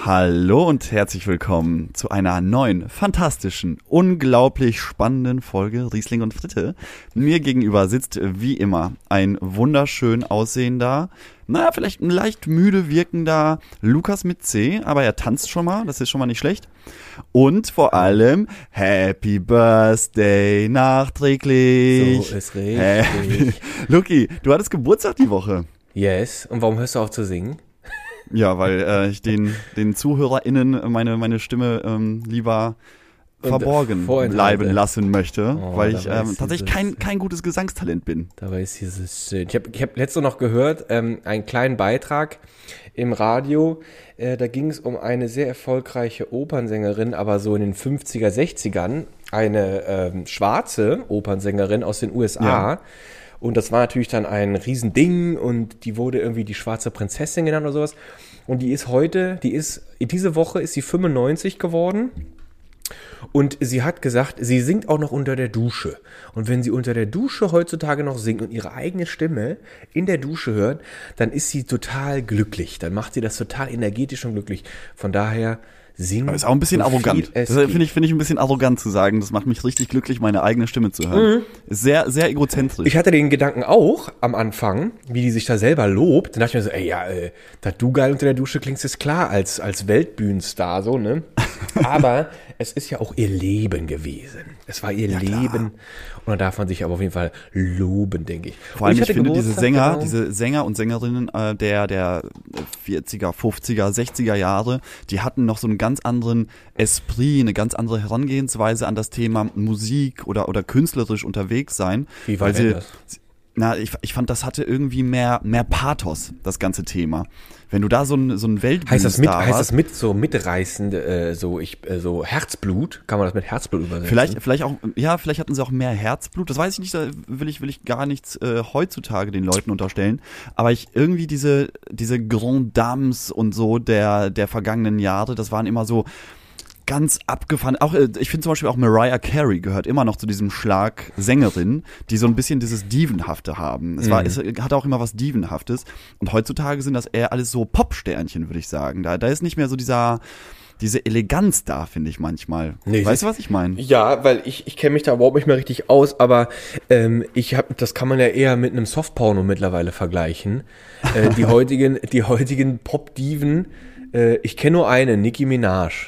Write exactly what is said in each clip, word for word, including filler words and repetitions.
Hallo und herzlich willkommen zu einer neuen, fantastischen, unglaublich spannenden Folge Riesling und Fritte. Mir gegenüber sitzt wie immer ein wunderschön aussehender, naja, vielleicht ein leicht müde wirkender Lukas mit C, aber er tanzt schon mal, das ist schon mal nicht schlecht. Und vor allem Happy Birthday nachträglich. So ist richtig. Happy. Luki, du hattest Geburtstag die Woche. Yes. Und warum hörst du auf zu singen? Ja, weil äh, ich den, den ZuhörerInnen meine, meine Stimme ähm, lieber verborgen bleiben lassen möchte, oh, weil ich ähm, tatsächlich kein, kein gutes Gesangstalent bin. Dabei ist dieses schön. Ich habe ich hab letzte noch gehört, ähm, einen kleinen Beitrag im Radio, äh, da ging es um eine sehr erfolgreiche Opernsängerin, aber so in den fünfziger, sechzigern, eine ähm, schwarze Opernsängerin aus den U S A. Ja. Und das war natürlich dann ein Riesending und die wurde irgendwie die schwarze Prinzessin genannt oder sowas. Und die ist heute, die ist, diese Woche ist sie fünfundneunzig geworden. Und sie hat gesagt, sie singt auch noch unter der Dusche. Und wenn sie unter der Dusche heutzutage noch singt und ihre eigene Stimme in der Dusche hört, dann ist sie total glücklich. Dann macht sie das total energetisch und glücklich. Von daher singen. Aber ist auch ein bisschen so arrogant. Das finde ich, finde ich ein bisschen arrogant zu sagen. Das macht mich richtig glücklich, meine eigene Stimme zu hören. Mhm. Ist sehr, sehr egozentrisch. Ich hatte den Gedanken auch am Anfang, wie die sich da selber lobt. Dann dachte ich mir so, ey, ja, äh, dass du geil unter der Dusche klingst, ist klar, als, als Weltbühnenstar, so, ne? Aber es ist ja auch ihr Leben gewesen. Es war ihr ja, Leben. Klar. Und da darf man sich aber auf jeden Fall loben, denke ich. Vor allem, ich, ich finde, diese Sänger, genau. diese Sänger und Sängerinnen äh, der, der vierziger, fünfziger, sechziger Jahre, die hatten noch so einen ganz anderen Esprit, eine ganz andere Herangehensweise an das Thema Musik oder, oder künstlerisch unterwegs sein. Wie war denn das? Na, ich, ich fand, das hatte irgendwie mehr, mehr Pathos, das ganze Thema. Wenn du da so ein, so ein Weltbühnenstar heißt das mit, hast, heißt das mit so mitreißend, äh, so ich, äh, so Herzblut? Kann man das mit Herzblut übersetzen? Vielleicht, vielleicht auch, ja, vielleicht hatten sie auch mehr Herzblut. Das weiß ich nicht, da will ich, will ich gar nichts äh, heutzutage den Leuten unterstellen. Aber ich irgendwie diese, diese Grand Dames und so der, der vergangenen Jahre, das waren immer so ganz abgefahren. Auch ich finde zum Beispiel auch Mariah Carey gehört immer noch zu diesem Schlag Sängerinnen, die so ein bisschen dieses Dievenhafte haben. Es war, mhm. es hat auch immer was Dievenhaftes. Und heutzutage sind das eher alles so Popsternchen, würde ich sagen. Da, da ist nicht mehr so dieser, diese Eleganz da, finde ich manchmal. Nee, weißt du, was ich meine? Ja, weil ich, ich kenne mich da überhaupt nicht mehr richtig aus, aber ähm, ich habe, das kann man ja eher mit einem Softporno mittlerweile vergleichen. Äh, die heutigen, die heutigen Pop-Diven, äh, ich kenne nur eine, Nicki Minaj.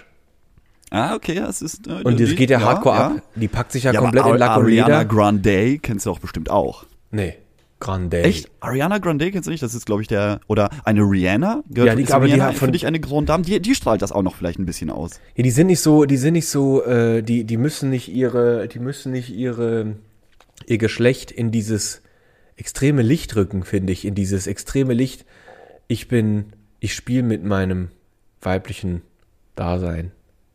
Ah, okay, das ist. Äh, und das geht ja hardcore ja, ab. Die packt sich ja, ja komplett in Lack und Leder. Ariana Grande kennst du auch bestimmt auch. Nee, Grande. Echt? Ariana Grande kennst du nicht? Das ist, glaube ich, der. Oder eine Rihanna? Gehört, ja, die, aber Rihanna die hat für dich eine Grand Dame. Die, die strahlt das auch noch vielleicht ein bisschen aus. Ja, die sind nicht so, die sind nicht so, äh, die, die müssen nicht ihre, die müssen nicht ihre, ihr Geschlecht in dieses extreme Licht rücken, finde ich. In dieses extreme Licht. Ich bin, ich spiele mit meinem weiblichen Dasein.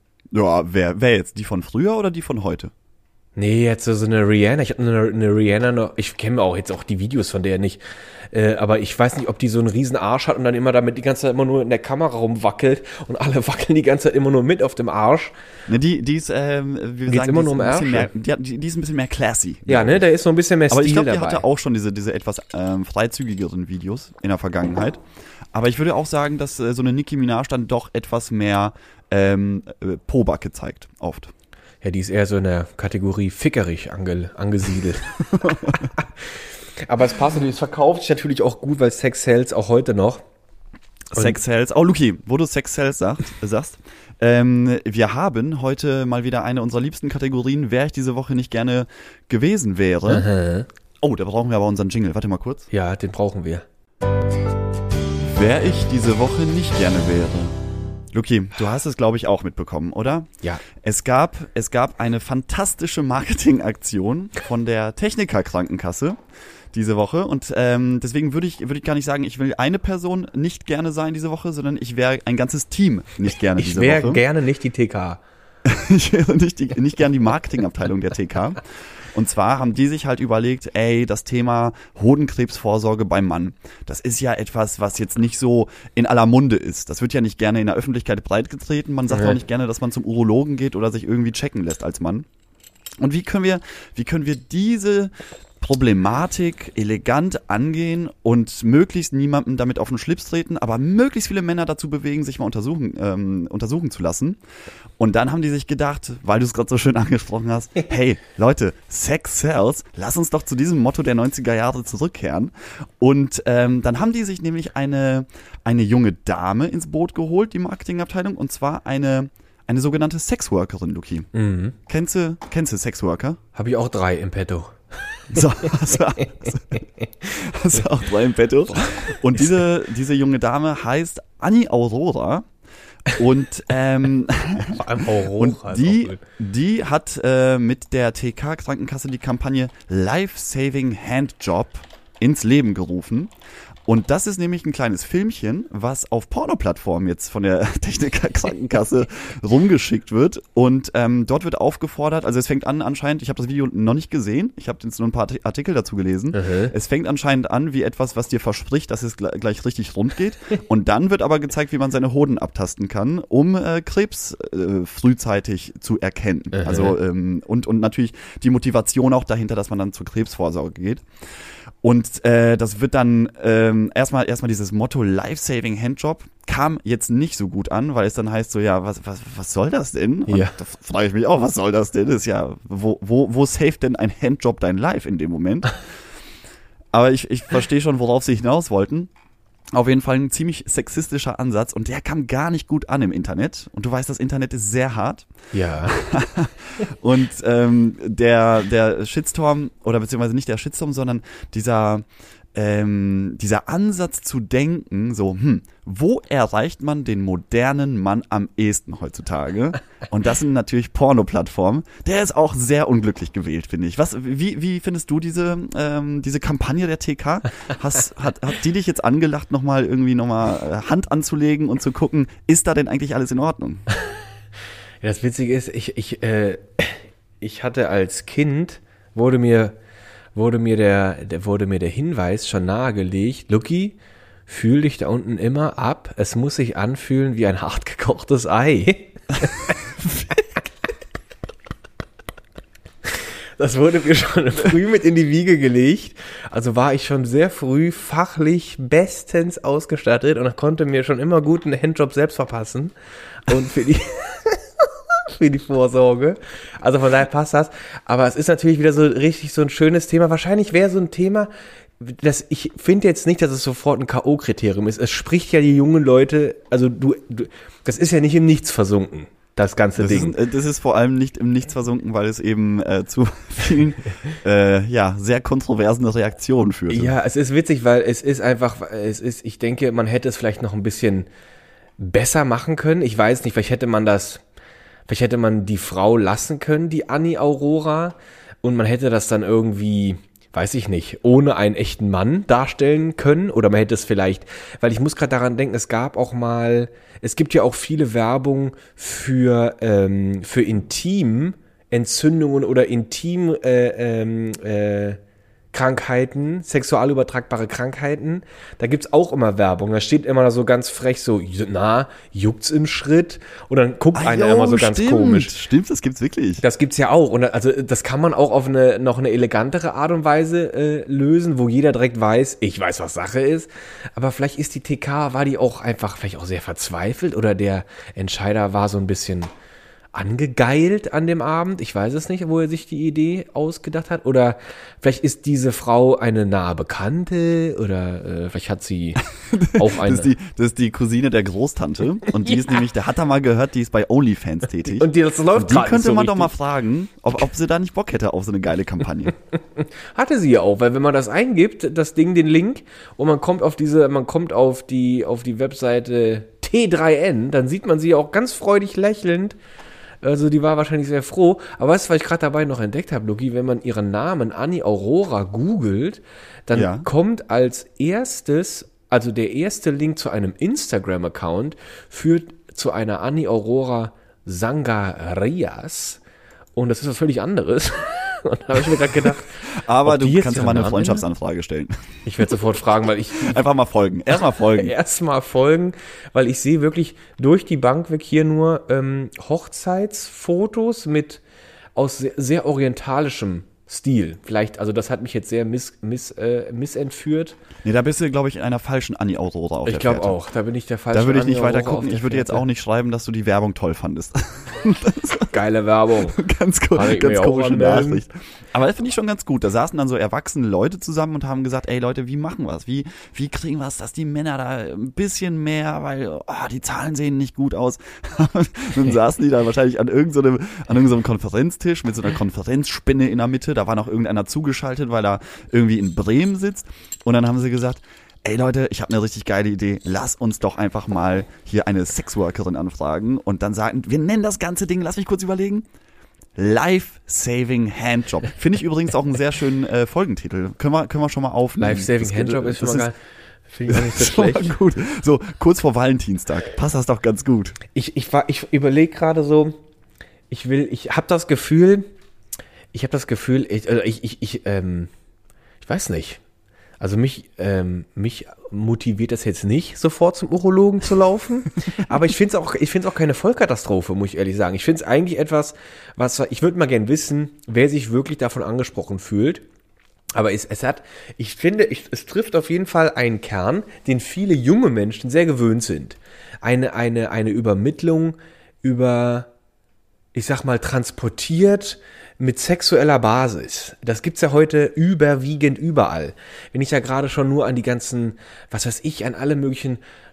Ja, wer, wer jetzt? Die von früher oder die von heute? Nee, jetzt so eine Rihanna. Ich habe eine, eine Rihanna noch. Ich kenne auch jetzt auch die Videos von der nicht. Äh, aber ich weiß nicht, ob die so einen riesen Arsch hat und dann immer damit die ganze Zeit immer nur in der Kamera rumwackelt und alle wackeln die ganze Zeit immer nur mit auf dem Arsch. Ne, die, die ist, ähm, wie wir Geht's sagen, immer die nur um ist, ein mehr, die, die, die ist ein bisschen mehr classy. Ja, ne, da ist so ein bisschen mehr Stil aber ich glaube, die dabei. hatte auch schon diese, diese etwas ähm, freizügigeren Videos in der Vergangenheit. Aber ich würde auch sagen, dass äh, so eine Nicki Minaj dann doch etwas mehr ähm, äh, Pobacke zeigt, oft. Ja, die ist eher so in der Kategorie fickerig ange, angesiedelt. Aber es passt natürlich, es verkauft sich natürlich auch gut, weil Sex sells auch heute noch. Und Sex sells. Oh, Luki, wo du Sex sells sagt, sagst, ähm, wir haben heute mal wieder eine unserer liebsten Kategorien, wer ich diese Woche nicht gerne gewesen wäre. Aha. Oh, da brauchen wir aber unseren Jingle. Warte mal kurz. Ja, den brauchen wir. Wer ich diese Woche nicht gerne wäre. Luki, du hast es, glaube ich, auch mitbekommen, oder? Ja. Es gab, es gab eine fantastische Marketingaktion von der Techniker Krankenkasse diese Woche und ähm, deswegen würde ich, würde ich gar nicht sagen, ich will eine Person nicht gerne sein diese Woche, sondern ich wäre ein ganzes Team nicht gerne diese Woche. Ich wäre gerne nicht die T K. Ich wäre nicht, die, nicht gerne die Marketingabteilung der T K. Und zwar haben die sich halt überlegt, ey, das Thema Hodenkrebsvorsorge beim Mann, das ist ja etwas, was jetzt nicht so in aller Munde ist. Das wird ja nicht gerne in der Öffentlichkeit breitgetreten. Man sagt ja. auch nicht gerne, dass man zum Urologen geht oder sich irgendwie checken lässt als Mann. Und wie können wir, wie können wir diese Problematik elegant angehen und möglichst niemandem damit auf den Schlips treten, aber möglichst viele Männer dazu bewegen, sich mal untersuchen, ähm, untersuchen zu lassen. Und dann haben die sich gedacht, weil du es gerade so schön angesprochen hast, hey Leute, Sex sells, lass uns doch zu diesem Motto der neunziger Jahre zurückkehren. Und ähm, dann haben die sich nämlich eine, eine junge Dame ins Boot geholt, die Marketingabteilung, und zwar eine Eine sogenannte Sexworkerin, Luki. Mhm. Kennst du, kennst du Sexworker? Habe ich auch drei im Petto. So, hast, du, hast du auch drei im Petto? Und diese, diese junge Dame heißt Annie Aurora. Und, ähm, Vor allem Aurora. und die, die hat äh, mit der T K-Krankenkasse die Kampagne Life Saving Handjob ins Leben gerufen. Und das ist nämlich ein kleines Filmchen, was auf Pornoplattformen jetzt von der Techniker Krankenkasse rumgeschickt wird. Und ähm, dort wird aufgefordert, also es fängt an anscheinend, ich habe das Video noch nicht gesehen, ich habe jetzt nur ein paar Artikel dazu gelesen. Uh-huh. Es fängt anscheinend an wie etwas, was dir verspricht, dass es gleich richtig rund geht. Und dann wird aber gezeigt, wie man seine Hoden abtasten kann, um äh, Krebs äh, frühzeitig zu erkennen. Uh-huh. Also ähm, und, und natürlich die Motivation auch dahinter, dass man dann zur Krebsvorsorge geht. Und äh, das wird dann ähm, erstmal erstmal dieses Motto Life-Saving Handjob kam jetzt nicht so gut an, weil es dann heißt so, ja, was was was soll das denn? Und ja. da frage ich mich auch, was soll das denn? Das ist ja, wo wo wo saved denn ein Handjob dein Life in dem Moment? Aber ich ich verstehe schon, worauf sie hinaus wollten. Auf jeden Fall ein ziemlich sexistischer Ansatz und der kam gar nicht gut an im Internet. Und du weißt, das Internet ist sehr hart. Ja. Und ähm, der der Shitstorm, oder beziehungsweise nicht der Shitstorm, sondern dieser ähm, dieser Ansatz zu denken, so, hm, wo erreicht man den modernen Mann am ehesten heutzutage? Und das sind natürlich Porno-Plattformen. Der ist auch sehr unglücklich gewählt, finde ich. Was, wie, wie findest du diese, ähm, diese Kampagne der T K? Hast, hat, hat die dich jetzt angelacht, nochmal irgendwie nochmal Hand anzulegen und zu gucken, ist da denn eigentlich alles in Ordnung? Ja, das Witzige ist, ich, ich, äh, ich hatte als Kind, wurde mir, wurde mir der, der, wurde mir der Hinweis schon nahegelegt, Lucky, fühl dich da unten immer ab, es muss sich anfühlen wie ein hart gekochtes Ei. Das wurde mir schon früh mit in die Wiege gelegt. Also war ich schon sehr früh fachlich bestens ausgestattet und konnte mir schon immer gut einen Handjob selbst verpassen. Und für die, für die Vorsorge. Also von daher passt das. Aber es ist natürlich wieder so richtig so ein schönes Thema. Wahrscheinlich wäre so ein Thema, das, ich finde jetzt nicht, dass es sofort ein K O-Kriterium ist. Es spricht ja die jungen Leute, also du, du das ist ja nicht im Nichts versunken. Das ganze das Ding. Ist, das ist vor allem nicht im Nichts versunken, weil es eben äh, zu vielen äh, ja, sehr kontroversen Reaktionen führte. Ja, es ist witzig, weil es ist einfach, es ist, ich denke, man hätte es vielleicht noch ein bisschen besser machen können. Ich weiß nicht, vielleicht hätte man das, vielleicht hätte man die Frau lassen können, die Annie Aurora, und man hätte das dann irgendwie, weiß ich nicht, ohne einen echten Mann darstellen können, oder man hätte es vielleicht, weil ich muss gerade daran denken, es gab auch mal, es gibt ja auch viele Werbung für ähm, für Intimentzündungen oder Intim äh, ähm, äh, Krankheiten, sexual übertragbare Krankheiten, da gibt's auch immer Werbung. Da steht immer so ganz frech so, na, juckt's im Schritt? Und dann guckt ah, einer jo, immer so ganz stimmt, komisch. Stimmt, das gibt's wirklich. Das gibt's ja auch. Und also das kann man auch auf eine noch eine elegantere Art und Weise äh, lösen, wo jeder direkt weiß, ich weiß, was Sache ist. Aber vielleicht ist die T K, war die auch einfach vielleicht auch sehr verzweifelt, oder der Entscheider war so ein bisschen angegeilt an dem Abend. Ich weiß es nicht, wo er sich die Idee ausgedacht hat. Oder vielleicht ist diese Frau eine nahe Bekannte, oder äh, vielleicht hat sie auch eine... das, ist die, das ist die Cousine der Großtante. Und die Ja. ist nämlich, der hat da mal gehört, die ist bei OnlyFans tätig. Und die, das läuft Und die gerade könnte so man richtig. doch mal fragen, ob, ob sie da nicht Bock hätte auf so eine geile Kampagne. Hatte sie ja auch, weil wenn man das eingibt, das Ding, den Link, und man kommt auf diese, man kommt auf die, auf die Webseite T drei N, dann sieht man sie auch ganz freudig lächelnd. Also die war wahrscheinlich sehr froh. Aber weißt du, was ich gerade dabei noch entdeckt habe, Luki? Wenn man ihren Namen Annie Aurora googelt, dann Ja. kommt als erstes, also der erste Link zu einem Instagram-Account führt zu einer Annie Aurora Sangarias. Und das ist was völlig anderes. Und da habe ich mir gerade gedacht, Aber ob die du jetzt kannst ja ihren mal eine Namen Freundschaftsanfrage stellen. ich werde sofort fragen, weil ich Einfach mal folgen. Erstmal folgen. erstmal folgen, weil ich sehe wirklich durch die Bank weg hier nur ähm, Hochzeitsfotos mit aus sehr, sehr orientalischem Stil. Vielleicht, also das hat mich jetzt sehr miss, miss, äh, missentführt. Nee, da bist du, glaube ich, in einer falschen Anni-Aurora auf Ich der glaube Fährte. auch, da bin ich der falsche Da würde ich nicht Anni-Aurora weiter gucken. auf der Ich würde jetzt Fährte. auch nicht schreiben, dass du die Werbung toll fandest. Geile Werbung. ganz ko- Kann ich ganz mir auch komische anmelden? Nachricht. Aber das finde ich schon ganz gut. Da saßen dann so erwachsene Leute zusammen und haben gesagt, ey Leute, wie machen wir es? Wie, wie kriegen wir es, dass die Männer da ein bisschen mehr, weil oh, die Zahlen sehen nicht gut aus. Dann saßen die da wahrscheinlich an irgendeinem, an irgendeinem Konferenztisch mit so einer Konferenzspinne in der Mitte. Da war noch irgendeiner zugeschaltet, weil er irgendwie in Bremen sitzt. Und dann haben sie gesagt, ey Leute, ich habe eine richtig geile Idee. Lass uns doch einfach mal hier eine Sexworkerin anfragen. Und dann sagen, wir nennen das ganze Ding, lass mich kurz überlegen, Life-Saving Handjob. Finde ich übrigens auch einen sehr schönen äh, Folgentitel. Können wir, können wir schon mal aufnehmen. Life-Saving Handjob ist schon das mal geil. Finde ich auch nicht so schon mal schlecht. gut. So, kurz vor Valentinstag. Passt das doch ganz gut. Ich, ich, war- ich überlege gerade so, ich will, ich habe das Gefühl, ich habe das Gefühl, ich, also ich, ich, ich, ähm, ich weiß nicht. Also mich, ähm, mich motiviert das jetzt nicht, sofort zum Urologen zu laufen. Aber ich finde es auch, ich finde es auch keine Vollkatastrophe, muss ich ehrlich sagen. Ich finde es eigentlich etwas, was, ich würde mal gern wissen, wer sich wirklich davon angesprochen fühlt. Aber es, es hat, ich finde, ich, es trifft auf jeden Fall einen Kern, den viele junge Menschen sehr gewöhnt sind. Eine, eine, eine Übermittlung über, ich sag mal, transportiert mit sexueller Basis. Das gibt's ja heute überwiegend überall. Wenn ich ja gerade schon nur an die ganzen, was weiß ich, an alle möglichen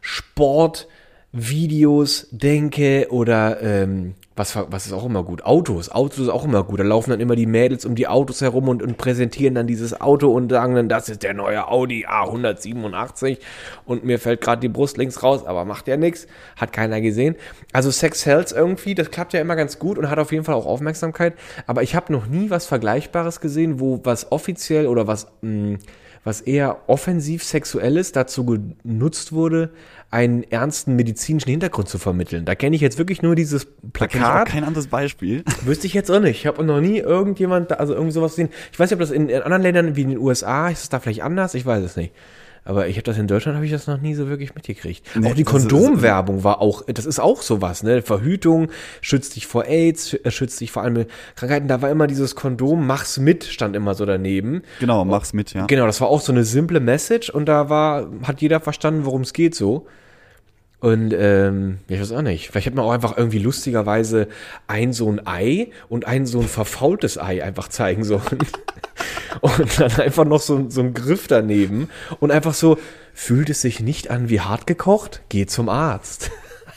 Sportvideos denke oder ähm, was, was ist auch immer gut? Autos. Autos ist auch immer gut. Da laufen dann immer die Mädels um die Autos herum und, und präsentieren dann dieses Auto und sagen dann, das ist der neue Audi A hundertsiebenundachtzig und mir fällt gerade die Brust links raus, aber macht ja nichts. Hat keiner gesehen. Also Sex sells irgendwie, das klappt ja immer ganz gut und hat auf jeden Fall auch Aufmerksamkeit. Aber ich habe noch nie was Vergleichbares gesehen, wo was offiziell oder was, mh, was eher offensiv Sexuelles dazu genutzt wurde, einen ernsten medizinischen Hintergrund zu vermitteln. Da kenne ich jetzt wirklich nur dieses Da kenne ich auch Plakat. kein anderes Beispiel. Wüsste ich jetzt auch nicht. Ich habe noch nie irgendjemand, da- also irgend sowas gesehen. Ich weiß nicht, ob das in, in anderen Ländern wie in den U S A, ist es da vielleicht anders? Ich weiß es nicht. Aber ich habe das in Deutschland, habe ich das noch nie so wirklich mitgekriegt. Nee, auch die das ist- Kondomwerbung war auch, das ist auch sowas, ne? Verhütung, schützt dich vor AIDS, sch- äh, schützt dich vor allem mit Krankheiten. Da war immer dieses Kondom, mach's mit, stand immer so daneben. Genau, mach's mit, ja. Genau, das war auch so eine simple Message und da war, hat jeder verstanden, worum es geht so. Und ähm, ja, ich weiß auch nicht. Vielleicht hat man auch einfach irgendwie lustigerweise ein so ein Ei und ein so ein verfaultes Ei einfach zeigen sollen. Und dann einfach noch so, ein- so ein Griff daneben und einfach so, fühlt es sich nicht an wie hart gekocht? Geh zum Arzt.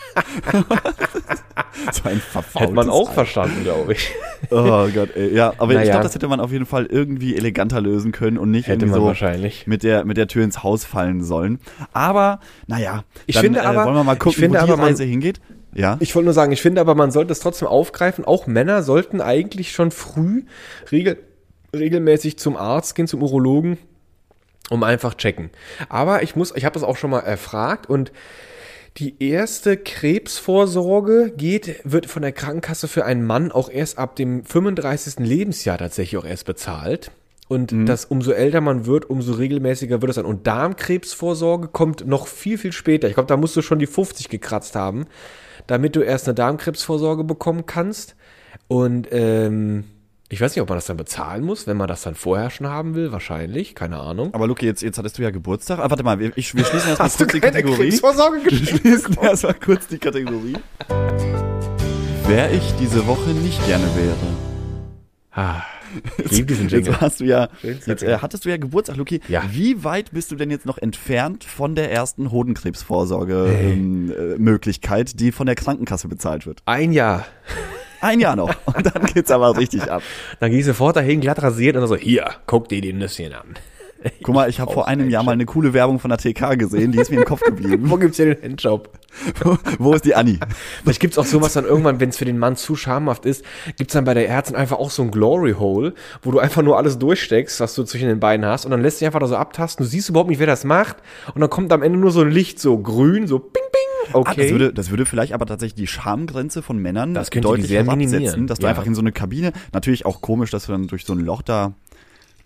So ein verfaultes Hätte man auch Ei. verstanden, glaube ich. Oh Gott, ey. Ja, aber ich Naja. glaube, das hätte man auf jeden Fall irgendwie eleganter lösen können und nicht Hätte irgendwie man so wahrscheinlich. mit der mit der Tür ins Haus fallen sollen. Aber naja, Ich dann, finde äh, aber- wollen wir mal ich gucken, finde wo die aber man- Reise hingeht. Ja. Ich wollte nur sagen, ich finde aber, man sollte es trotzdem aufgreifen. Auch Männer sollten eigentlich schon früh regel, regelmäßig zum Arzt gehen, zum Urologen, um einfach checken. Aber ich muss, ich habe das auch schon mal erfragt und die erste Krebsvorsorge geht, wird von der Krankenkasse für einen Mann auch erst ab dem fünfunddreißigsten Lebensjahr tatsächlich auch erst bezahlt. Und das, umso älter man wird, umso regelmäßiger wird es dann. Und Darmkrebsvorsorge kommt noch viel, viel später. Ich glaube, da musst du schon die fünfzig gekratzt haben, damit du erst eine Darmkrebsvorsorge bekommen kannst. Und ähm, ich weiß nicht, ob man das dann bezahlen muss, wenn man das dann vorher schon haben will. Wahrscheinlich, keine Ahnung. Aber Luki, jetzt, jetzt hattest du ja Geburtstag. Ah, warte mal, wir, ich, wir schließen erstmal Hast du kurz die keine Kategorie. Krebsvorsorge Wir geschrieben? schließen erstmal kurz die Kategorie. Wer ich diese Woche nicht gerne wäre. Ah, ich liebe diesen Jingle. Jetzt hast du ja, Schönster jetzt äh, Jingle. hattest du ja Geburtstag, Luki. Ja. Wie weit bist du denn jetzt noch entfernt von der ersten Hodenkrebsvorsorge Hey. ähm, äh, Möglichkeit, die von der Krankenkasse bezahlt wird? Ein Jahr. Ein Jahr noch. Und dann geht's aber richtig ab. Dann gehe ich sofort dahin, glatt rasiert und dann so, hier, guck dir die Nüsschen an. Guck mal, ich habe vor einem Jahr mal eine coole Werbung von der T K gesehen, die ist mir im Kopf geblieben. Wo gibt's hier den Handjob? Wo, wo ist die Anni? Vielleicht gibt's auch sowas dann irgendwann, wenn es für den Mann zu schamhaft ist, gibt's dann bei der Ärztin einfach auch so ein Glory Hole, wo du einfach nur alles durchsteckst, was du zwischen den Beinen hast und dann lässt dich einfach da so abtasten, du siehst überhaupt nicht, wer das macht und dann kommt am Ende nur so ein Licht, so grün, so ping, ping, okay. Ah, das, würde, das würde vielleicht aber tatsächlich die Schamgrenze von Männern Das könnte die deutlich sehr herabsetzen, minimieren. dass du Ja. einfach in so eine Kabine, natürlich auch komisch, dass du dann durch so ein Loch da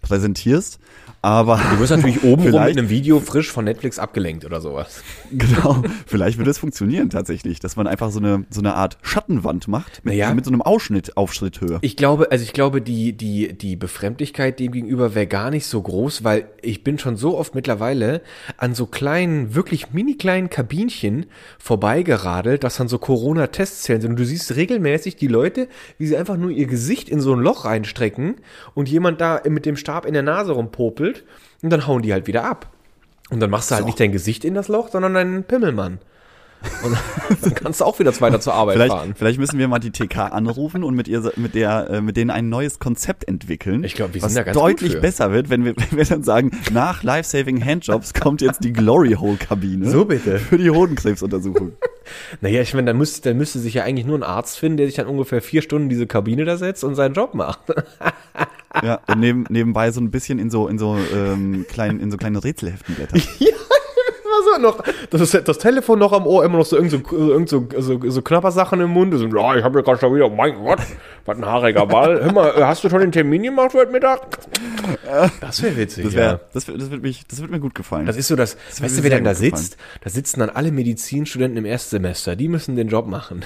präsentierst. Aber du wirst natürlich oben rum mit vielleicht, einem Video frisch von Netflix abgelenkt oder sowas. Genau, vielleicht würde es funktionieren tatsächlich, dass man einfach so eine so eine Art Schattenwand macht mit, Naja. mit so einem Ausschnitt auf Schritthöhe. Ich glaube, also ich glaube, die, die, die Befremdlichkeit dem gegenüber wäre gar nicht so groß, weil ich bin schon so oft mittlerweile an so kleinen, wirklich mini kleinen Kabinchen vorbeigeradelt, dass dann so Corona-Testzellen sind. Und du siehst regelmäßig die Leute, wie sie einfach nur ihr Gesicht in so ein Loch reinstrecken und jemand da mit dem Stab in der Nase rumpopelt und dann hauen die halt wieder ab. Und dann machst du halt So. nicht dein Gesicht in das Loch, sondern deinen Pimmelmann. Und dann kannst du auch wieder weiter zur Arbeit Vielleicht, fahren. vielleicht müssen wir mal die T K anrufen und mit ihr, mit der, äh, mit denen ein neues Konzept entwickeln. Ich glaub, wir was sind da ganz deutlich gut für. besser wird, wenn wir, wenn wir dann sagen, nach Life-Saving Handjobs kommt jetzt die Glory Hole Kabine. So bitte. Für die Hodenkrebsuntersuchung. Naja, ich meine, dann müsste, dann müsste sich ja eigentlich nur ein Arzt finden, der sich dann ungefähr vier Stunden in diese Kabine da setzt und seinen Job macht. Ja, und neben, nebenbei so ein bisschen in so, in so, ähm, kleinen, in so kleinen Rätselheften blättern. So, noch, das, ist, das Telefon noch am Ohr, immer noch so irgend so, irgend so, so, so Knabbersachen im Mund. So, ja, ich habe ja gerade schon wieder, mein Gott, was ein haariger Ball. Hör mal, hast du schon den Termin gemacht heute Mittag? Das wäre witzig, Das, wär, ja. das, wär, das, wird mich, das wird mir gut gefallen. Das ist so das, Das würde weißt mir du, wer sehr dann da gut gefallen. sitzt? Da sitzen dann alle Medizinstudenten im Erstsemester. Die müssen den Job machen.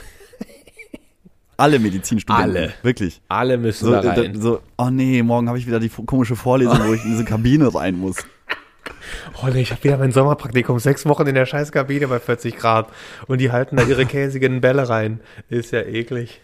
Alle Medizinstudenten. Alle. Wirklich. Alle müssen So, da äh, rein. da- so, oh nee, morgen habe ich wieder die f- komische Vorlesung, wo ich in diese Kabine rein muss. Oh nee, ich habe wieder mein Sommerpraktikum, sechs Wochen in der Scheißkabine bei vierzig Grad und die halten da ihre käsigen Bälle rein. Ist ja eklig.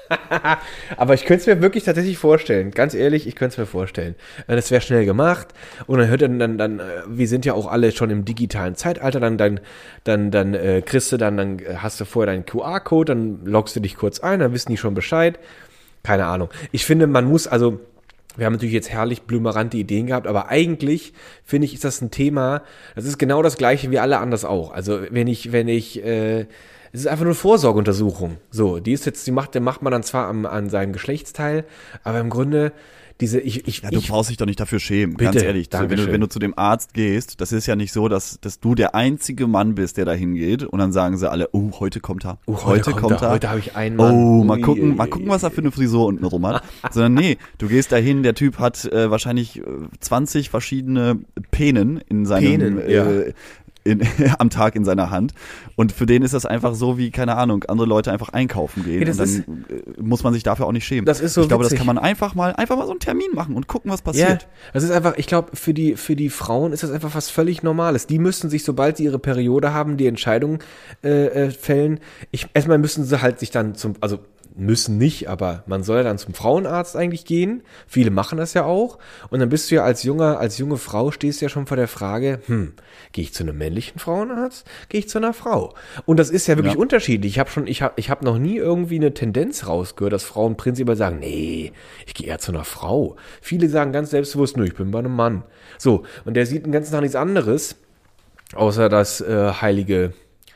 Aber ich könnte es mir wirklich tatsächlich vorstellen. Ganz ehrlich, ich könnte es mir vorstellen. Das wäre schnell gemacht und dann hört dann, dann, dann, äh, wir sind ja auch alle schon im digitalen Zeitalter, dann, dann, dann, dann äh, kriegst du dann, dann hast du vorher deinen Q R-Code, dann loggst du dich kurz ein, dann wissen die schon Bescheid. Keine Ahnung. Ich finde, man muss also, wir haben natürlich jetzt herrlich blümerante Ideen gehabt, aber eigentlich, finde ich, ist das ein Thema, das ist genau das Gleiche wie alle anders auch. Also wenn ich, wenn ich, äh, es ist einfach nur eine Vorsorgeuntersuchung. So, die ist jetzt, die macht, die macht man dann zwar am, an seinem Geschlechtsteil, aber im Grunde, diese, ich, ich, Ja, du ich, brauchst dich doch nicht dafür schämen, Bitte, ganz ehrlich. Wenn du, Dankeschön. wenn du zu dem Arzt gehst, das ist ja nicht so, dass, dass du der einzige Mann bist, der da hingeht und dann sagen sie alle, oh, heute kommt er, Oh, heute, kommt er. Heute habe ich einen Mann. Oh, mal Ui, gucken, ui, mal gucken, was er für eine Frisur unten rum hat. Sondern nee, du gehst dahin, der Typ hat äh, wahrscheinlich äh, zwanzig verschiedene Penen in seinem Penen, äh, ja. in, am Tag in seiner Hand. Und für den ist das einfach so wie, keine Ahnung, andere Leute einfach einkaufen gehen. Ja, das und dann äh, muss man sich dafür auch nicht schämen. Das ist so ich glaube, witzig. das kann man einfach mal, einfach mal so einen Termin machen und gucken, was passiert. Ja, das ist einfach, ich glaube, für die, für die Frauen ist das einfach was völlig Normales. Die müssen sich, sobald sie ihre Periode haben, die Entscheidung äh, äh, fällen. Ich, erstmal müssen sie halt sich dann zum, also müssen nicht, aber man soll dann zum Frauenarzt eigentlich gehen. Viele machen das ja auch. Und dann bist du ja als junger, als junge Frau stehst du ja schon vor der Frage, hm, gehe ich zu einem männlichen Frauenarzt? Gehe ich zu einer Frau? Und das ist ja wirklich Ja. unterschiedlich. Ich habe schon, ich habe, ich habe noch nie irgendwie eine Tendenz rausgehört, dass Frauen prinzipiell sagen, nee, ich gehe eher zu einer Frau. Viele sagen ganz selbstbewusst, nö, ich bin bei einem Mann. So, und der sieht den ganzen Tag nichts anderes, außer das äh, heilige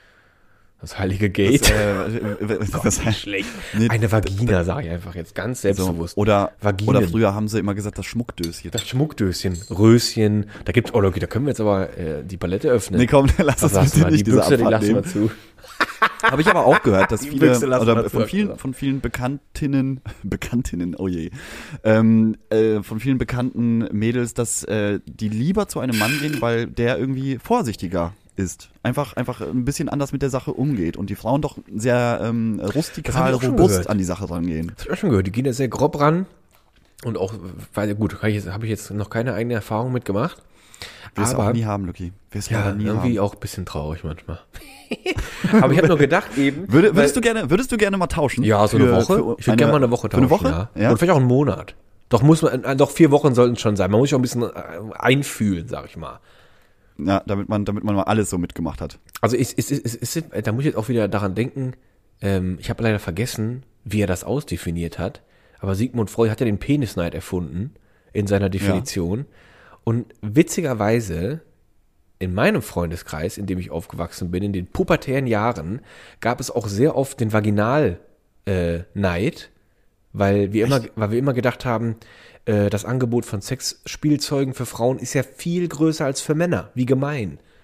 Das heilige Gate. Das, äh, Gott, das wie schlecht. Nee, Eine Vagina, sage ich einfach jetzt, ganz selbstbewusst. So, oder, Vaginen. oder früher haben sie immer gesagt, das Schmuckdöschen. Das Schmuckdöschen, Röschen, da gibt's, oh, okay, da können wir jetzt aber äh, die Palette öffnen. Nee, komm, lass Was uns sagst du mal, nicht die diese Büchse, die Abfahrt lassen wir nehmen. zu. Habe ich aber auch gehört, dass Die viele, Büchse lassen wir oder zu, von vielen, gesagt. von vielen Bekanntinnen, Bekanntinnen, oh je, ähm, äh, von vielen bekannten Mädels, dass äh, die lieber zu einem Mann gehen, weil der irgendwie vorsichtiger ist. Einfach, einfach ein bisschen anders mit der Sache umgeht und die Frauen doch sehr ähm, Das hab rustikal, ich auch schon robust gehört. an die Sache rangehen. Das hab ich auch schon gehört, die gehen da sehr grob ran und auch, weil, gut, habe ich, jetzt- hab ich jetzt noch keine eigene Erfahrung mitgemacht. Wirst du Aber- auch nie haben, Lucky. Wirst du Ja, aber nie irgendwie haben. auch ein bisschen traurig manchmal. Aber ich habe nur gedacht eben. Würde, weil- würdest, du gerne, würdest du gerne mal tauschen? Ja, so eine Für- Woche. für Ich würde gerne mal eine Woche für tauschen. eine Woche? Ja. Ja? Und vielleicht auch einen Monat. Doch muss man, äh, doch vier Wochen sollten es schon sein. Man muss sich auch ein bisschen äh, einfühlen, sag ich mal. Ja, damit man, damit man mal alles so mitgemacht hat. Also ist, ist, ist, ist, ist, da muss ich jetzt auch wieder daran denken, ähm, ich habe leider vergessen, wie er das ausdefiniert hat, aber Sigmund Freud hat ja den Penisneid erfunden in seiner Definition. Und witzigerweise, in meinem Freundeskreis, in dem ich aufgewachsen bin, in den pubertären Jahren, gab es auch sehr oft den Vaginalneid, äh, Neid, weil wir immer, weil wir immer gedacht haben, äh, das Angebot von Sexspielzeugen für Frauen ist ja viel größer als für Männer. Wie gemein.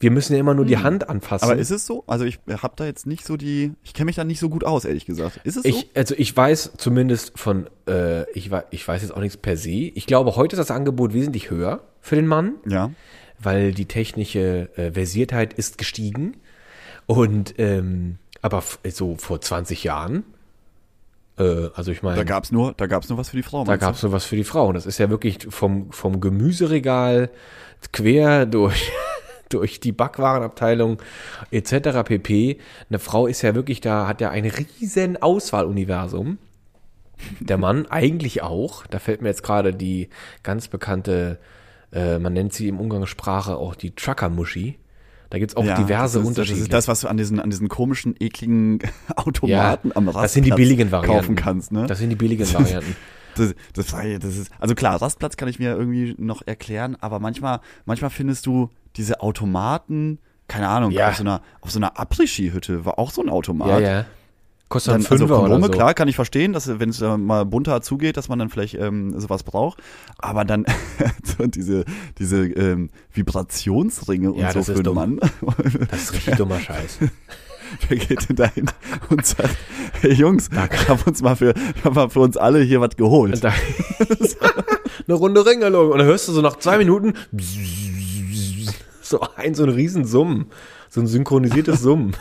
Wir müssen ja immer nur die Hand anfassen. Aber ist es so? Also ich habe da jetzt nicht so die, ich kenne mich da nicht so gut aus, ehrlich gesagt. Ist es ich, so? Also ich weiß zumindest von, äh, ich, ich weiß jetzt auch nichts per se. Ich glaube, heute ist das Angebot wesentlich höher für den Mann, Ja. weil die technische äh, Versiertheit ist gestiegen. Und ähm, aber f- so vor zwanzig Jahren, äh, also ich meine, Da gab's nur, da gab's nur was für die Frau. da gab es nur was für die Frauen. Das ist ja wirklich vom, vom Gemüseregal quer durch, durch die Backwarenabteilung et cetera pp. Eine Frau ist ja wirklich da, hat ja ein riesen Auswahluniversum. Der Mann eigentlich auch. Da fällt mir jetzt gerade die ganz bekannte, äh, man nennt sie im Umgangssprache auch die Trucker-Muschi. Da gibt's auch Ja, diverse das ist, Unterschiede. Das ist das, was du an diesen, an diesen komischen, ekligen Automaten am Rastplatz das sind die billigen Varianten. kaufen kannst. Ne? Das sind die billigen Varianten. Das, das, das ist, also klar, Rastplatz kann ich mir irgendwie noch erklären, aber manchmal, manchmal findest du diese Automaten, keine Ahnung, Ja. auf so einer, auf so einer Après-Ski-Hütte war auch so ein Automat. Ja, ja. Kostet Dann, dann also Fünfer Kondome, oder so. klar, kann ich verstehen, dass wenn es äh, mal bunter zugeht, dass man dann vielleicht ähm, sowas braucht. Aber dann so diese, diese ähm, Vibrationsringe und Ja, so das für ist einen dumm. Mann. Das ist richtig dummer Scheiß. Wer geht denn da hin und sagt, hey Jungs, ich habe uns mal für, ich hab mal für uns alle hier was geholt. Da, eine Runde Ringelung. Und dann hörst du so nach zwei Minuten so ein, so ein Riesensummen. So ein synchronisiertes Summen.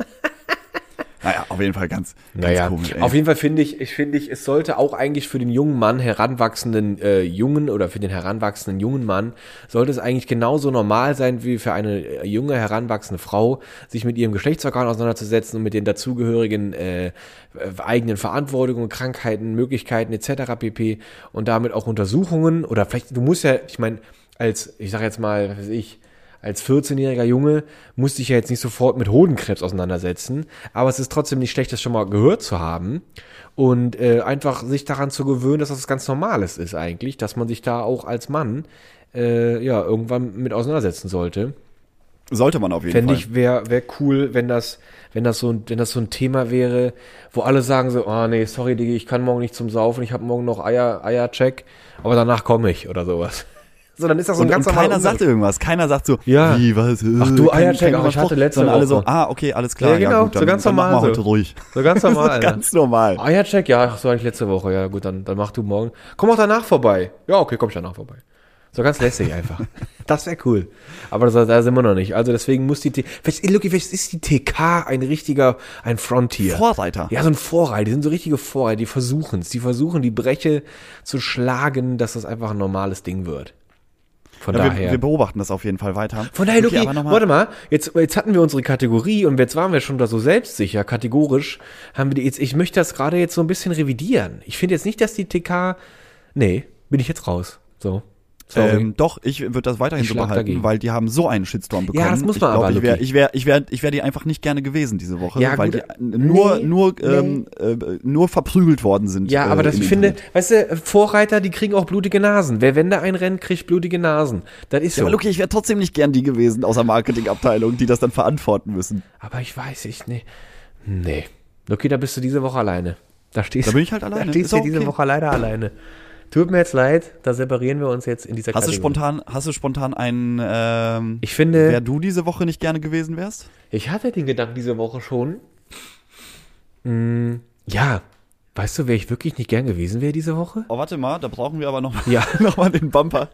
Naja, auf jeden Fall ganz, ganz Naja, komisch. Ey. auf jeden Fall finde ich, ich finde ich, es sollte auch eigentlich für den jungen Mann, heranwachsenden äh, Jungen oder für den heranwachsenden jungen Mann, sollte es eigentlich genauso normal sein, wie für eine äh, junge, heranwachsende Frau, sich mit ihrem Geschlechtsorgan auseinanderzusetzen und mit den dazugehörigen äh, eigenen Verantwortungen, Krankheiten, Möglichkeiten et cetera pp. Und damit auch Untersuchungen oder vielleicht, du musst ja, ich meine, als, ich sage jetzt mal, was weiß ich, als vierzehnjähriger Junge musste ich ja jetzt nicht sofort mit Hodenkrebs auseinandersetzen, aber es ist trotzdem nicht schlecht, das schon mal gehört zu haben und äh, einfach sich daran zu gewöhnen, dass das ganz Normales ist eigentlich, dass man sich da auch als Mann äh, ja irgendwann mit auseinandersetzen sollte. Sollte man auf jeden Fände Fall. ich, wäre wär cool, wenn das, wenn das so ein, wenn das so ein Thema wäre, wo alle sagen so, oh nee, sorry, Diggi, ich kann morgen nicht zum Saufen, ich habe morgen noch Eier, Eiercheck, aber danach komme ich oder sowas. So, dann ist das so ein und, ganz und normaler keiner sagt irgendwas. Keiner sagt so, Ja. wie, was? Ach du, kein- Eiercheck, kein aber ich hatte Spruch, letzte sondern alle so, Woche. ah, okay, alles klar. Ja, genau, gut, dann, so ganz dann normal Mach mal so. heute ruhig. So ganz normal, Das ist Alter. ganz normal. Eiercheck, ja, ach so, hatte ich letzte Woche. Ja, gut, dann, dann mach du morgen. Komm auch danach vorbei. Ja, okay, komm ich danach vorbei. So ganz lässig einfach. Das wäre cool. Aber das, da sind wir noch nicht. Also deswegen muss die T vielleicht, Lucky, vielleicht ist die T K ein richtiger, ein Frontier. Vorreiter. Ja, so ein Vorreiter. Die sind so richtige Vorreiter. Die versuchen es. Die versuchen, die Breche zu schlagen, dass das einfach ein normales Ding wird. Von Ja, daher. wir, wir beobachten das auf jeden Fall weiter. Von daher, Okay, Luki, aber noch mal- warte mal, jetzt, jetzt hatten wir unsere Kategorie und jetzt waren wir schon da so selbstsicher, kategorisch, haben wir die jetzt, ich möchte das gerade jetzt so ein bisschen revidieren. Ich finde jetzt nicht, dass die T K, nee, bin ich jetzt raus. So. Sorry. Ähm, doch, ich würde das weiterhin Ich so schlag behalten, dagegen. weil die haben so einen Shitstorm bekommen. Ja, das muss man ich glaub, aber, Ich wäre Luki. ich wär, ich wär, ich wär die einfach nicht gerne gewesen diese Woche, Ja, weil gut. die nur, Nee, nur, ähm, äh, nur verprügelt worden sind. Ja, aber äh, das, im ich finde, Internet. weißt du, Vorreiter, die kriegen auch blutige Nasen. Wer Wände einrennt, kriegt blutige Nasen. Das ist Ja, so. aber Luki, ich wäre trotzdem nicht gern die gewesen aus der Marketingabteilung, die das dann verantworten müssen. Aber ich weiß, ich, nee. Nee. Luki, da bist du diese Woche alleine. Da stehst Da bin ich halt alleine. Da stehst Ist du auch diese okay. Woche leider alleine. Tut mir jetzt leid, da separieren wir uns jetzt in dieser Hast du Kategorie. spontan, hast du spontan einen, ähm, Ich finde, wer du diese Woche nicht gerne gewesen wärst? ich hatte den Gedanken diese Woche schon. Mm, ja, weißt du, wer ich wirklich nicht gern gewesen wäre diese Woche? Oh, warte mal, da brauchen wir aber noch, Ja. noch mal den Bumper.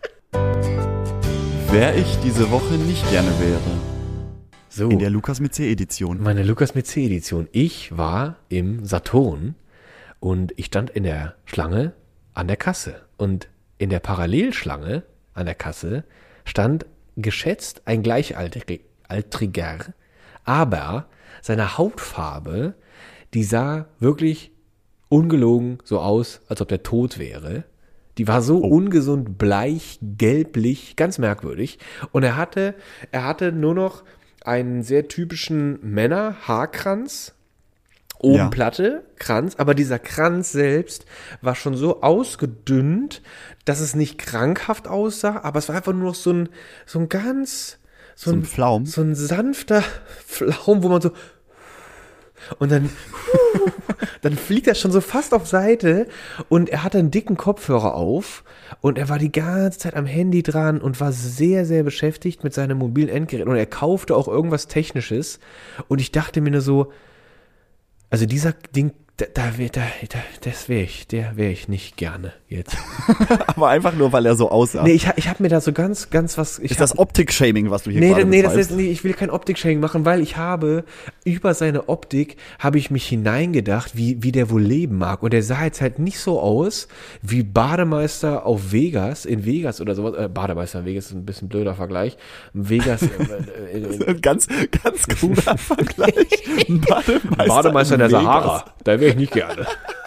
Wer ich diese Woche nicht gerne wäre. So, In der Lukas mit C-Edition. meine Lukas mit C-Edition. Ich war im Saturn und ich stand in der Schlange an der Kasse. Und in der Parallelschlange an der Kasse stand geschätzt ein Gleichaltriger, aber seine Hautfarbe, die sah wirklich ungelogen so aus, als ob der tot wäre. Die war so ungesund bleich, gelblich, ganz merkwürdig. Und er hatte, er hatte nur noch einen sehr typischen Männer-Haarkranz. Oben Ja. Platte, Kranz, aber dieser Kranz selbst war schon so ausgedünnt, dass es nicht krankhaft aussah, aber es war einfach nur noch so ein, so ein ganz, so, So ein Pflaum. so ein sanfter Pflaum, wo man so, und dann, dann fliegt er schon so fast auf Seite und er hatte einen dicken Kopfhörer auf und er war die ganze Zeit am Handy dran und war sehr, sehr beschäftigt mit seinem mobilen Endgerät und er kaufte auch irgendwas Technisches und ich dachte mir nur so, also dieser Ding, da, da, wär, da, da das wäre ich, der wäre ich nicht gerne jetzt. Aber einfach nur, weil er so aussah. Nee, ich, ich habe mir da so ganz, ganz was... Ich ist das Optik-Shaming, was du hier nee, gerade Nee, das betreibst? ist, nee, ich will kein Optik-Shaming machen, weil ich habe, über seine Optik, habe ich mich hineingedacht, wie, wie der wohl leben mag. Und der sah jetzt halt nicht so aus, wie Bademeister auf Vegas, in Vegas oder sowas. Äh, Bademeister in Vegas ist ein bisschen blöder Vergleich. Vegas... Äh, äh, äh, ganz, ganz cooler Vergleich. Bademeister, Bademeister in der Vegas. Sahara, da wäre ich nicht gerne.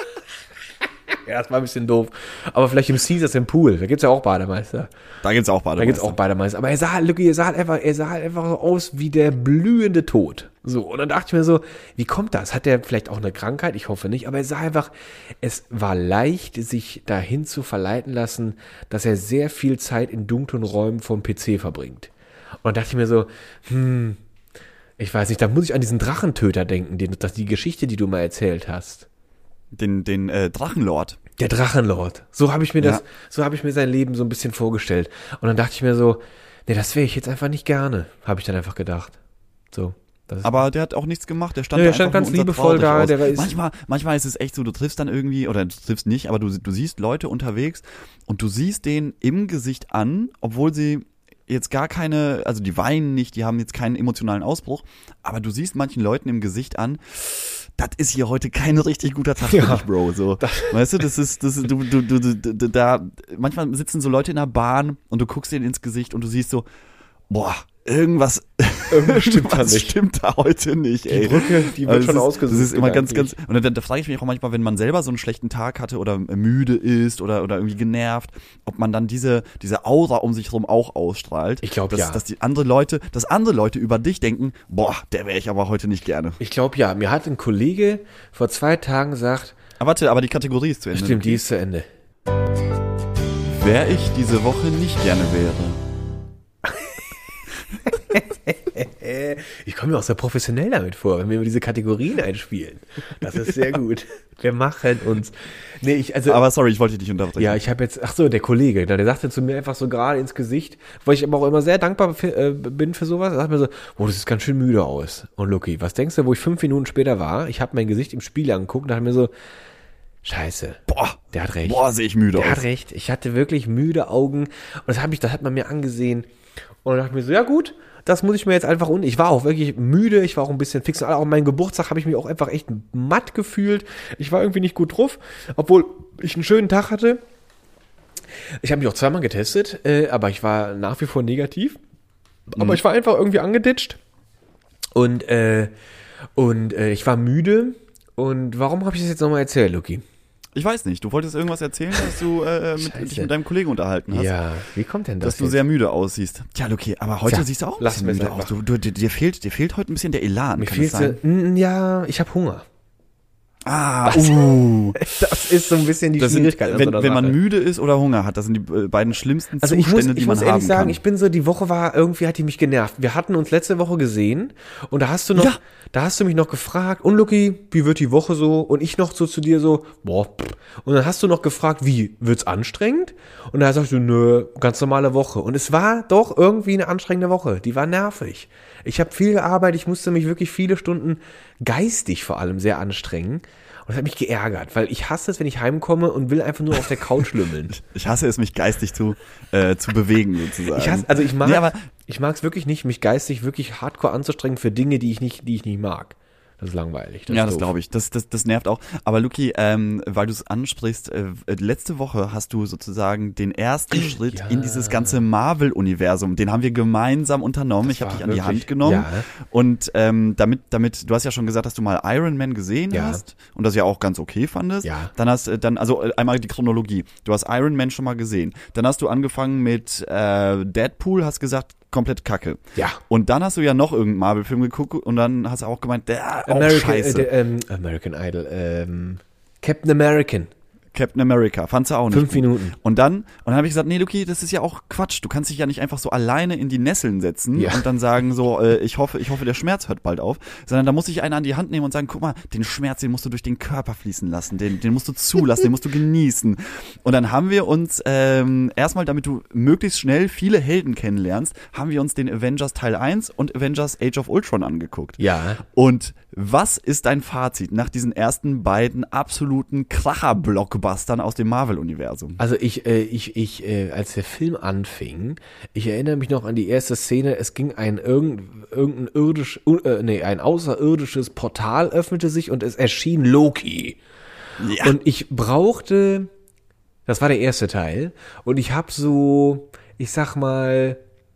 Ja, das war ein bisschen doof. Aber vielleicht im Caesars im Pool, da gibt's ja auch Bademeister. Da gibt's auch Da Bademeister. gibt's auch Bademeister. Aber er sah halt, Lucky, er sah halt einfach, er sah halt einfach so aus wie der blühende Tod. So. Und dann dachte ich mir so, wie kommt das? Hat der vielleicht auch eine Krankheit? Ich hoffe nicht. Aber er sah einfach, es war leicht, sich dahin zu verleiten lassen, dass er sehr viel Zeit in dunklen Räumen vom P C verbringt. Und dann dachte ich mir so, hm, ich weiß nicht, da muss ich an diesen Drachentöter denken, den, das die Geschichte, die du mal erzählt hast. Den, den äh, Drachenlord. Der Drachenlord. So habe ich mir das, Ja. so habe ich mir sein Leben so ein bisschen vorgestellt. Und dann dachte ich mir so, nee, das wäre ich jetzt einfach nicht gerne, habe ich dann einfach gedacht. So. Das ist Aber der hat auch nichts gemacht, der stand Ja, da der stand einfach ganz nur unser liebevoll traurig da, aus. der ist- manchmal, manchmal ist es echt so, du triffst dann irgendwie, oder du triffst nicht, aber du, du siehst Leute unterwegs und du siehst denen im Gesicht an, obwohl sie jetzt gar keine, also die weinen nicht, die haben jetzt keinen emotionalen Ausbruch, aber du siehst manchen Leuten im Gesicht an, das ist hier heute kein richtig guter Tag Ja. für dich, Bro. So, weißt du, das ist, das ist, du, du, du, du, du, da, manchmal sitzen so Leute in der Bahn und du guckst denen ins Gesicht und du siehst so, boah, irgendwas, Irgendwas stimmt da was nicht. stimmt da heute nicht, ey. Die Brücke, die wird Also schon das ist, ausgesucht. Das ist immer ganz, ganz, gedanklich. und dann, da frage ich mich auch manchmal, wenn man selber so einen schlechten Tag hatte oder müde ist oder, oder irgendwie genervt, ob man dann diese, diese Aura um sich rum auch ausstrahlt. Ich glaub, dass, ja. Dass die andere Leute, dass andere Leute über dich denken, boah, der wäre ich aber heute nicht gerne. Ich glaube ja, mir hat ein Kollege vor zwei Tagen gesagt, Aber warte, aber die Kategorie ist zu Ende. stimmt, die ist zu Ende. Wer ich diese Woche nicht gerne wäre. Ich komme mir auch sehr professionell damit vor, wenn wir diese Kategorien einspielen. Das ist sehr gut. Wir machen uns. Nee, ich, also. Aber sorry, ich wollte dich nicht unterbrechen. Ja, ich habe jetzt, ach so, der Kollege, der sagte zu mir einfach so gerade ins Gesicht, weil ich aber auch immer sehr dankbar für, äh, bin für sowas, er sagt mir so, oh, das sieht ganz schön müde aus. Und Lucky, was denkst du, wo ich fünf Minuten später war, ich habe mein Gesicht im Spiegel angeguckt und dachte mir so, scheiße, Boah, der hat recht. boah, sehe ich müde Der aus. hat recht, ich hatte wirklich müde Augen und das habe ich, das hat man mir angesehen und dann dachte ich mir so, ja gut, das muss ich mir jetzt einfach un. Ich war auch wirklich müde, ich war auch ein bisschen fix. Auch an meinem Geburtstag habe ich mich auch einfach echt matt gefühlt. Ich war irgendwie nicht gut drauf, obwohl ich einen schönen Tag hatte. Ich habe mich auch zweimal getestet, äh, aber ich war nach wie vor negativ. Aber Mhm. ich war einfach irgendwie angeditscht und äh, und äh, ich war müde. Und warum habe ich das jetzt nochmal erzählt, Luki? Ich weiß nicht, du wolltest irgendwas erzählen, dass du äh, mit, Scheiße. dich mit deinem Kollegen unterhalten hast. Ja, wie kommt denn das? Dass du jetzt? sehr müde aussiehst. Tja, okay, aber heute Tja, siehst du auch ein lassen bisschen wir es müde einfach. aus. Du, du, dir, dir, fehlt, dir fehlt heute ein bisschen der Elan. Mir kann fehlt das sein? so, ja, ich habe Hunger. Ah, uh. Das ist so ein bisschen die Das sind, Schwierigkeit. an wenn, so einer wenn man Sache. müde ist oder Hunger hat, das sind die äh, beiden schlimmsten Also ich Zustände, muss, die ich man muss ehrlich haben sagen, kann. ich bin so, die Woche war, irgendwie hat die mich genervt. Wir hatten uns letzte Woche gesehen und da hast du noch, Ja. da hast du mich noch gefragt, und Lucky, wie wird die Woche so? Und ich noch so zu dir so, boah. pff. Und dann hast du noch gefragt, wie, wird's anstrengend? Und da sagst du, nö, ganz normale Woche. Und es war doch irgendwie eine anstrengende Woche. Die war nervig. Ich habe viel gearbeitet, ich musste mich wirklich viele Stunden geistig vor allem sehr anstrengen. Und das hat mich geärgert, weil ich hasse es, wenn ich heimkomme und will einfach nur auf der Couch lümmeln. Ich hasse es, mich geistig zu, äh, zu bewegen, sozusagen. Ich hasse, also ich mag, Nee, aber ich mag es wirklich nicht, mich geistig wirklich hardcore anzustrengen für Dinge, die ich nicht, die ich nicht mag. Das ist langweilig. Das ja, ist das doof. glaube ich. Das, das, das nervt auch. Aber Luki, ähm, weil du es ansprichst, äh, letzte Woche hast du sozusagen den ersten Schritt Ja. in dieses ganze Marvel-Universum, den haben wir gemeinsam unternommen. Das Ich habe war dich an die wirklich- Hand genommen. ja. Und ähm, damit, damit, du hast ja schon gesagt, dass du mal Iron Man gesehen Ja. hast und das ja auch ganz okay fandest. Ja. Dann hast äh, dann, also äh, einmal die Chronologie. Du hast Iron Man schon mal gesehen. Dann hast du angefangen mit äh, Deadpool, hast gesagt, komplett kacke. Ja. Und dann hast du ja noch irgendeinen Marvel-Film geguckt und dann hast du auch gemeint, der auch American, äh, scheiße. der, ähm, American Idol, ähm, Captain American. Captain America, fandst du auch nicht. Fünf gut. Minuten. Und dann, und dann habe ich gesagt, nee, Luki, das ist ja auch Quatsch. Du kannst dich ja nicht einfach so alleine in die Nesseln setzen Ja. und dann sagen so, äh, ich hoffe, ich hoffe, der Schmerz hört bald auf. Sondern da muss ich einen an die Hand nehmen und sagen, guck mal, den Schmerz, den musst du durch den Körper fließen lassen, den, den musst du zulassen, den musst du genießen. Und dann haben wir uns ähm, erstmal, damit du möglichst schnell viele Helden kennenlernst, haben wir uns den Avengers Teil eins und Avengers Age of Ultron angeguckt. Ja. Und was ist dein Fazit nach diesen ersten beiden absoluten Kracher-Blockbustern aus dem Marvel-Universum? Also ich, äh, ich, ich, äh, als der Film anfing, ich erinnere mich noch an die erste Szene, es ging ein irgend, irgendein irdisch, äh, nee, ein außerirdisches Portal öffnete sich und es erschien Loki. Ja. Und ich brauchte, das war der erste Teil, und ich habe so, ich sag mal,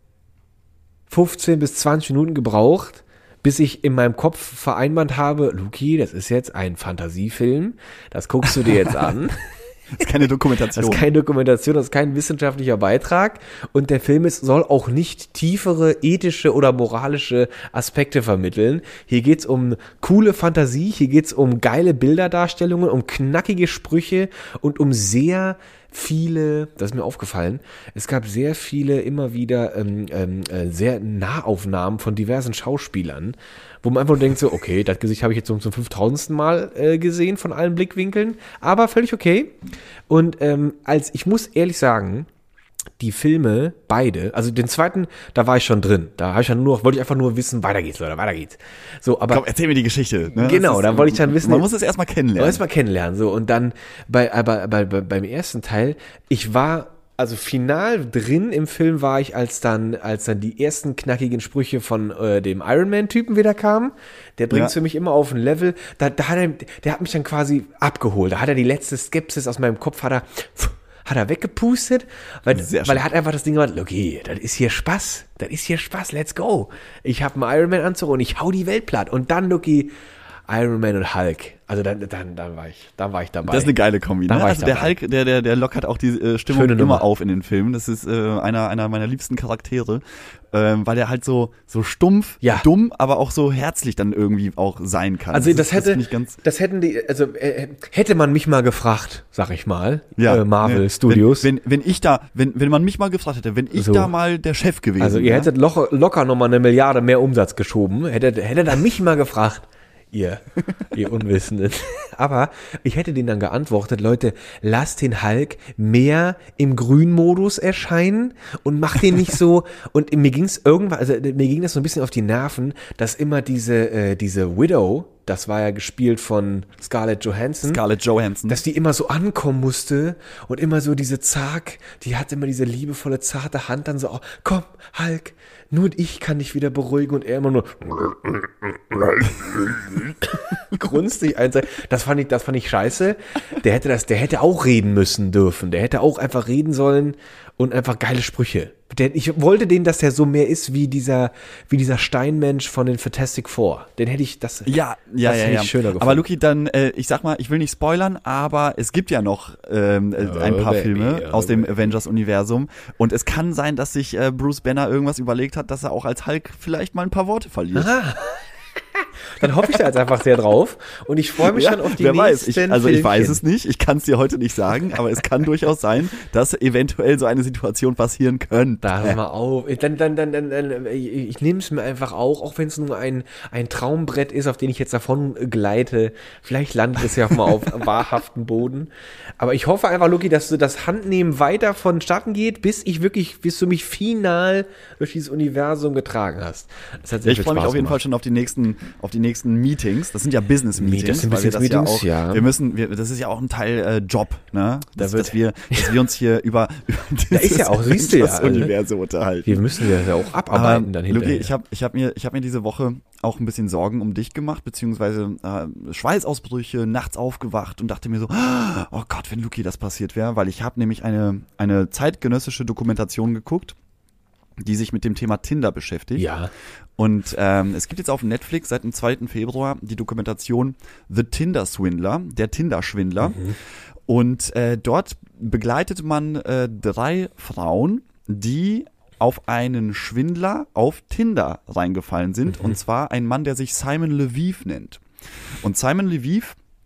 fünfzehn bis zwanzig Minuten gebraucht, bis ich in meinem Kopf vereinbart habe, Luki, das ist jetzt ein Fantasiefilm, das guckst du dir jetzt an. Das ist keine Dokumentation. Das ist keine Dokumentation, das ist kein wissenschaftlicher Beitrag, und der Film ist, soll auch nicht tiefere ethische oder moralische Aspekte vermitteln. Hier geht's um coole Fantasie, hier geht's um geile Bilderdarstellungen, um knackige Sprüche und um sehr viele, das ist mir aufgefallen, es gab sehr viele immer wieder ähm, ähm, äh, sehr Nahaufnahmen von diversen Schauspielern, wo man einfach nur denkt so, okay, das Gesicht habe ich jetzt so zum fünftausendsten Mal äh, gesehen von allen Blickwinkeln, aber völlig okay. Und ähm, als, ich muss ehrlich sagen, die Filme, beide, also den zweiten, da war ich schon drin. Da habe ich dann nur, wollte ich einfach nur wissen, weiter geht's, Leute, weiter geht's. So, aber Komm, erzähl mir die Geschichte. Ne? genau, ist, da wollte ich dann wissen. Man muss es erstmal kennenlernen. Erstmal kennenlernen, so. Und dann bei, aber bei, bei, beim ersten Teil, ich war, also final drin im Film war ich, als dann, als dann die ersten knackigen Sprüche von äh, dem Iron Man-Typen wieder kamen. Der bringt's Ja. für mich immer auf ein Level. Da, da hat er, der hat mich dann quasi abgeholt. Da hat er die letzte Skepsis aus meinem Kopf, hat er, hat er weggepustet, weil, Sehr schön. weil er hat einfach das Ding gemacht, okay, das ist hier Spaß, das ist hier Spaß, let's go. Ich habe einen Iron Man Anzug und ich hau die Welt platt. Und dann, Lucky, Iron Man und Hulk. Also dann, dann, dann war ich, dann war ich dabei. Das ist eine geile Kombi. Da Ne? war ich Also der dabei. Hulk, der, der, der lockert auch die äh, Stimmung Schöne immer Nummer. auf in den Filmen. Das ist äh, einer, einer meiner liebsten Charaktere, ähm, weil der halt so, so stumpf, Ja. dumm, aber auch so herzlich dann irgendwie auch sein kann. Also das ist- hätte, finde ich ganz, das hätten die, also äh, hätte man mich mal gefragt, sag ich mal, ja, äh, Marvel ne. Studios. Wenn, wenn, wenn ich da, wenn, wenn man mich mal gefragt hätte, wenn ich So. da mal der Chef gewesen also ihr wäre. hättet locker, locker nochmal eine Milliarde mehr Umsatz geschoben, hättet, hättet ihr mich mal gefragt. Ihr, ihr Unwissenden. Aber ich hätte denen dann geantwortet, Leute, lasst den Hulk mehr im Grünmodus erscheinen und macht den nicht so, und mir ging's irgendwann, also mir ging das so ein bisschen auf die Nerven, dass immer diese, äh, diese Widow, das war ja gespielt von Scarlett Johansson, Scarlett Johansson. dass die immer so ankommen musste und immer so diese zag, die hat immer diese liebevolle, zarte Hand dann so, oh, komm, Hulk, nur ich kann dich wieder beruhigen, und er immer nur grunzig ein. Das fand ich, das fand ich scheiße. Der hätte das, der hätte auch reden müssen dürfen. Der hätte auch einfach reden sollen und einfach geile Sprüche. Der, ich wollte den, dass der so mehr ist wie dieser, wie dieser Steinmensch von den Fantastic Four. Den hätte ich, das, Ja, ja, das ja, hätte ja. ich schöner gefunden. Aber Luki, dann, äh, ich sag mal, ich will nicht spoilern, aber es gibt ja noch ähm, äh, ein Oh, paar baby, Filme oh, aus dem baby. Avengers-Universum, und es kann sein, dass sich äh, Bruce Banner irgendwas überlegt hat, dass er auch als Hulk vielleicht mal ein paar Worte verliert. Dann hoffe ich da jetzt einfach sehr drauf und ich freue mich Ja, schon auf die wer nächsten weiß. Ich, also ich weiß Filmchen. es nicht, ich kann es dir heute nicht sagen, aber es kann durchaus sein, dass eventuell so eine Situation passieren könnte. Da hör mal auf. Dann, dann, dann, dann, dann ich, ich nehme es mir einfach auch, auch wenn es nur ein, ein Traumbrett ist, auf den ich jetzt davon gleite. Vielleicht landet es ja auch mal auf wahrhaften Boden. Aber ich hoffe einfach, Luki, dass du das Handnehmen weiter vonstatten geht, bis ich wirklich, bis du mich final durch dieses Universum getragen hast. Das hat sehr Ich viel freue mich Spaß auf jeden Fall gemacht. schon auf die nächsten, auf die nächsten Meetings. Das sind ja Business-Meetings. Das sind weil wir das ja Business-Meetings, auch, ja. Wir müssen, wir, das ist ja auch ein Teil äh, Job, ne? Das, Da wird- dass wir, dass wir uns hier über, über Da ist ja auch, siehst du ja, das ne? Universum unterhalten. Wir müssen ja auch abarbeiten Ähm, dann Luki, hinterher. ich habe ich hab mir, ich hab mir diese Woche auch ein bisschen Sorgen um dich gemacht, beziehungsweise äh, Schweißausbrüche, nachts aufgewacht und dachte mir so, oh Gott, wenn Luki das passiert wäre, weil ich habe nämlich eine, eine zeitgenössische Dokumentation geguckt, die sich mit dem Thema Tinder beschäftigt. Ja. Und ähm, es gibt jetzt auf Netflix seit dem zweiten Februar die Dokumentation The Tinder Swindler, der Tinder-Schwindler. Mhm. Und äh, dort begleitet man äh, drei Frauen, die auf einen Schwindler auf Tinder reingefallen sind. Mhm. Und zwar ein Mann, der sich Simon Lviv nennt. Und Simon Lviv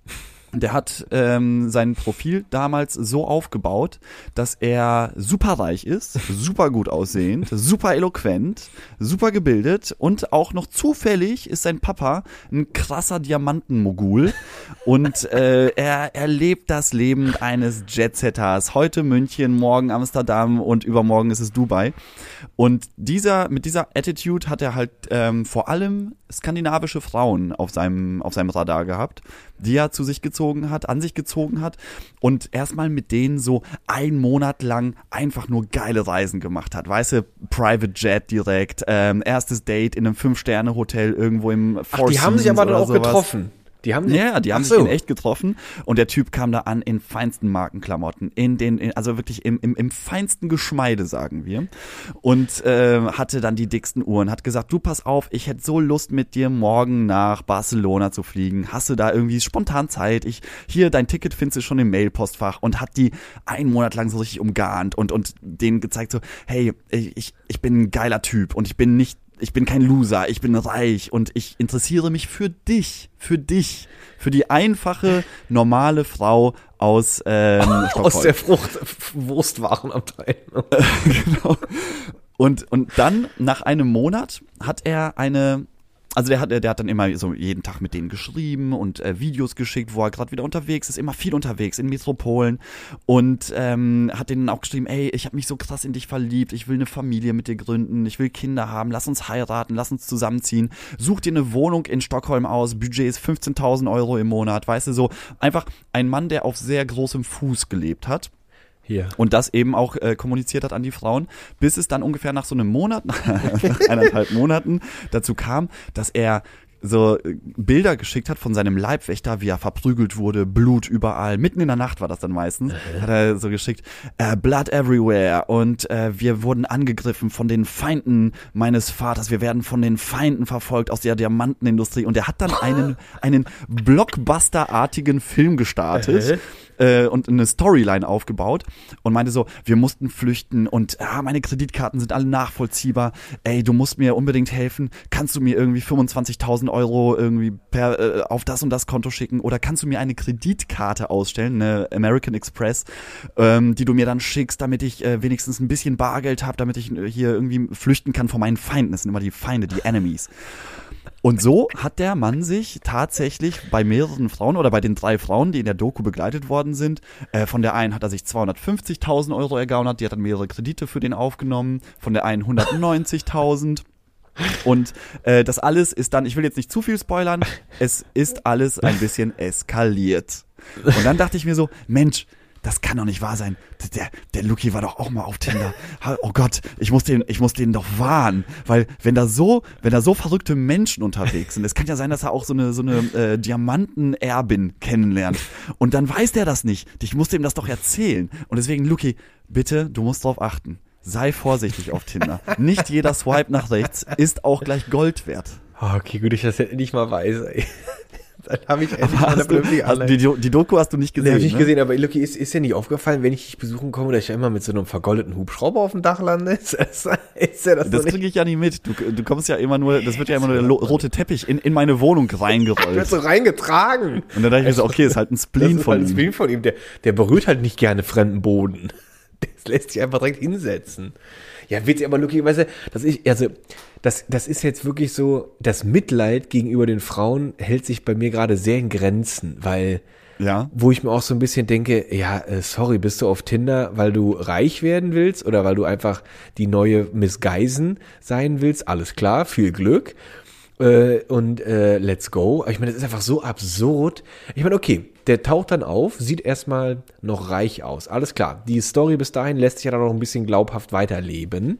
Der hat ähm, sein Profil damals so aufgebaut, dass er super reich ist, super gut aussehend, super eloquent, super gebildet und auch noch zufällig ist sein Papa ein krasser Diamantenmogul und äh, er, er lebt das Leben eines Jetsetters. Heute München, morgen Amsterdam und übermorgen ist es Dubai. Und dieser mit dieser Attitude hat er halt ähm, vor allem skandinavische Frauen auf seinem auf seinem Radar gehabt, die er zu sich gezogen hat, an sich gezogen hat und erstmal mit denen so einen Monat lang einfach nur geile Reisen gemacht hat. Weißt du, Private Jet direkt, ähm, erstes Date in einem Fünf-Sterne-Hotel irgendwo im Four Ach, die haben sich aber dann auch sowas. getroffen. Die haben sich, ja, die haben so. sich in echt getroffen und der Typ kam da an in feinsten Markenklamotten, in den, in, also wirklich im, im, im feinsten Geschmeide, sagen wir. Und äh, hatte dann die dicksten Uhren, hat gesagt, du pass auf, ich hätte so Lust mit dir morgen nach Barcelona zu fliegen. Hast du da irgendwie spontan Zeit? Ich, hier, dein Ticket findest du schon im Mailpostfach und hat die einen Monat lang so richtig umgarnt und, und denen gezeigt so, hey, ich, ich bin ein geiler Typ und ich bin nicht Ich bin kein Loser, ich bin reich und ich interessiere mich für dich, für dich, für die einfache, normale Frau aus ähm, Stockholm. Aus der Frucht, Wurstwarenabteilung. Genau. Und, und dann, nach einem Monat, hat er eine... Also der hat, der hat dann immer so jeden Tag mit denen geschrieben und äh, Videos geschickt, wo er gerade wieder unterwegs ist, immer viel unterwegs in Metropolen und ähm, hat denen auch geschrieben, ey, ich habe mich so krass in dich verliebt, ich will eine Familie mit dir gründen, ich will Kinder haben, lass uns heiraten, lass uns zusammenziehen, such dir eine Wohnung in Stockholm aus, Budget ist fünfzehntausend Euro im Monat, weißt du, so einfach ein Mann, der auf sehr großem Fuß gelebt hat. Hier. Und das eben auch äh, kommuniziert hat an die Frauen, bis es dann ungefähr nach so einem Monat, eineinhalb Monaten dazu kam, dass er so Bilder geschickt hat von seinem Leibwächter, wie er verprügelt wurde, Blut überall, mitten in der Nacht war das dann meistens, äh. hat er so geschickt, äh, Blood everywhere und äh, wir wurden angegriffen von den Feinden meines Vaters, wir werden von den Feinden verfolgt aus der Diamantenindustrie und er hat dann einen, einen Blockbuster-artigen Film gestartet, äh. und eine Storyline aufgebaut und meinte so, wir mussten flüchten und ah, meine Kreditkarten sind alle nachvollziehbar, ey, du musst mir unbedingt helfen, kannst du mir irgendwie fünfundzwanzigtausend Euro irgendwie per, äh, auf das und das Konto schicken oder kannst du mir eine Kreditkarte ausstellen, eine American Express, ähm, die du mir dann schickst, damit ich äh, wenigstens ein bisschen Bargeld habe, damit ich äh, hier irgendwie flüchten kann von meinen Feinden, das sind immer die Feinde, die Enemies. Und so hat der Mann sich tatsächlich bei mehreren Frauen oder bei den drei Frauen, die in der Doku begleitet worden sind, äh, von der einen hat er sich zweihundertfünfzigtausend Euro ergaunert, die hat dann mehrere Kredite für den aufgenommen, von der einen hundertneunzigtausend. Und äh, das alles ist dann, ich will jetzt nicht zu viel spoilern, es ist alles ein bisschen eskaliert. Und dann dachte ich mir so, Mensch, das kann doch nicht wahr sein. Der, der Luki war doch auch mal auf Tinder. Oh Gott, ich muss den, ich muss den doch warnen. Weil wenn da so, wenn da so verrückte Menschen unterwegs sind, es kann ja sein, dass er auch so eine, so eine äh, Diamantenerbin kennenlernt. Und dann weiß der das nicht. Ich muss dem das doch erzählen. Und deswegen, Luki, bitte, du musst drauf achten. Sei vorsichtig auf Tinder. Nicht jeder Swipe nach rechts ist auch gleich Gold wert. Okay, gut, ich das jetzt nicht mal weiß, ey. Dann habe ich endlich mal eine du, also die, die Doku hast du nicht gesehen, nee, hab ich nicht ne? gesehen, aber Luki, ist, ist dir nicht aufgefallen, wenn ich dich besuchen komme, dass ich ja immer mit so einem vergoldeten Hubschrauber auf dem Dach lande? Ist das, ist ja das das kriege ich ja nie mit. Du, du kommst ja immer nur, das wird ja immer nur der lo- rote Teppich in, in meine Wohnung reingerollt. Wird so reingetragen. Und dann dachte ich mir so, okay, ist halt ein Spleen das ist von halt ein ihm. Spleen von ihm. Der, der berührt halt nicht gerne fremden Boden. Das lässt sich einfach direkt hinsetzen. Ja, witzig, aber Luki, weißt du, das ist, also, das, das ist jetzt wirklich so, das Mitleid gegenüber den Frauen hält sich bei mir gerade sehr in Grenzen, weil, ja, wo ich mir auch so ein bisschen denke, ja, äh, sorry, bist du auf Tinder, weil du reich werden willst oder weil du einfach die neue Miss Geisen sein willst? Alles klar, viel Glück. Äh, und äh, let's go. Ich meine, das ist einfach so absurd. Ich meine, okay, der taucht dann auf, sieht erstmal noch reich aus. Alles klar, die Story bis dahin lässt sich ja dann noch ein bisschen glaubhaft weiterleben.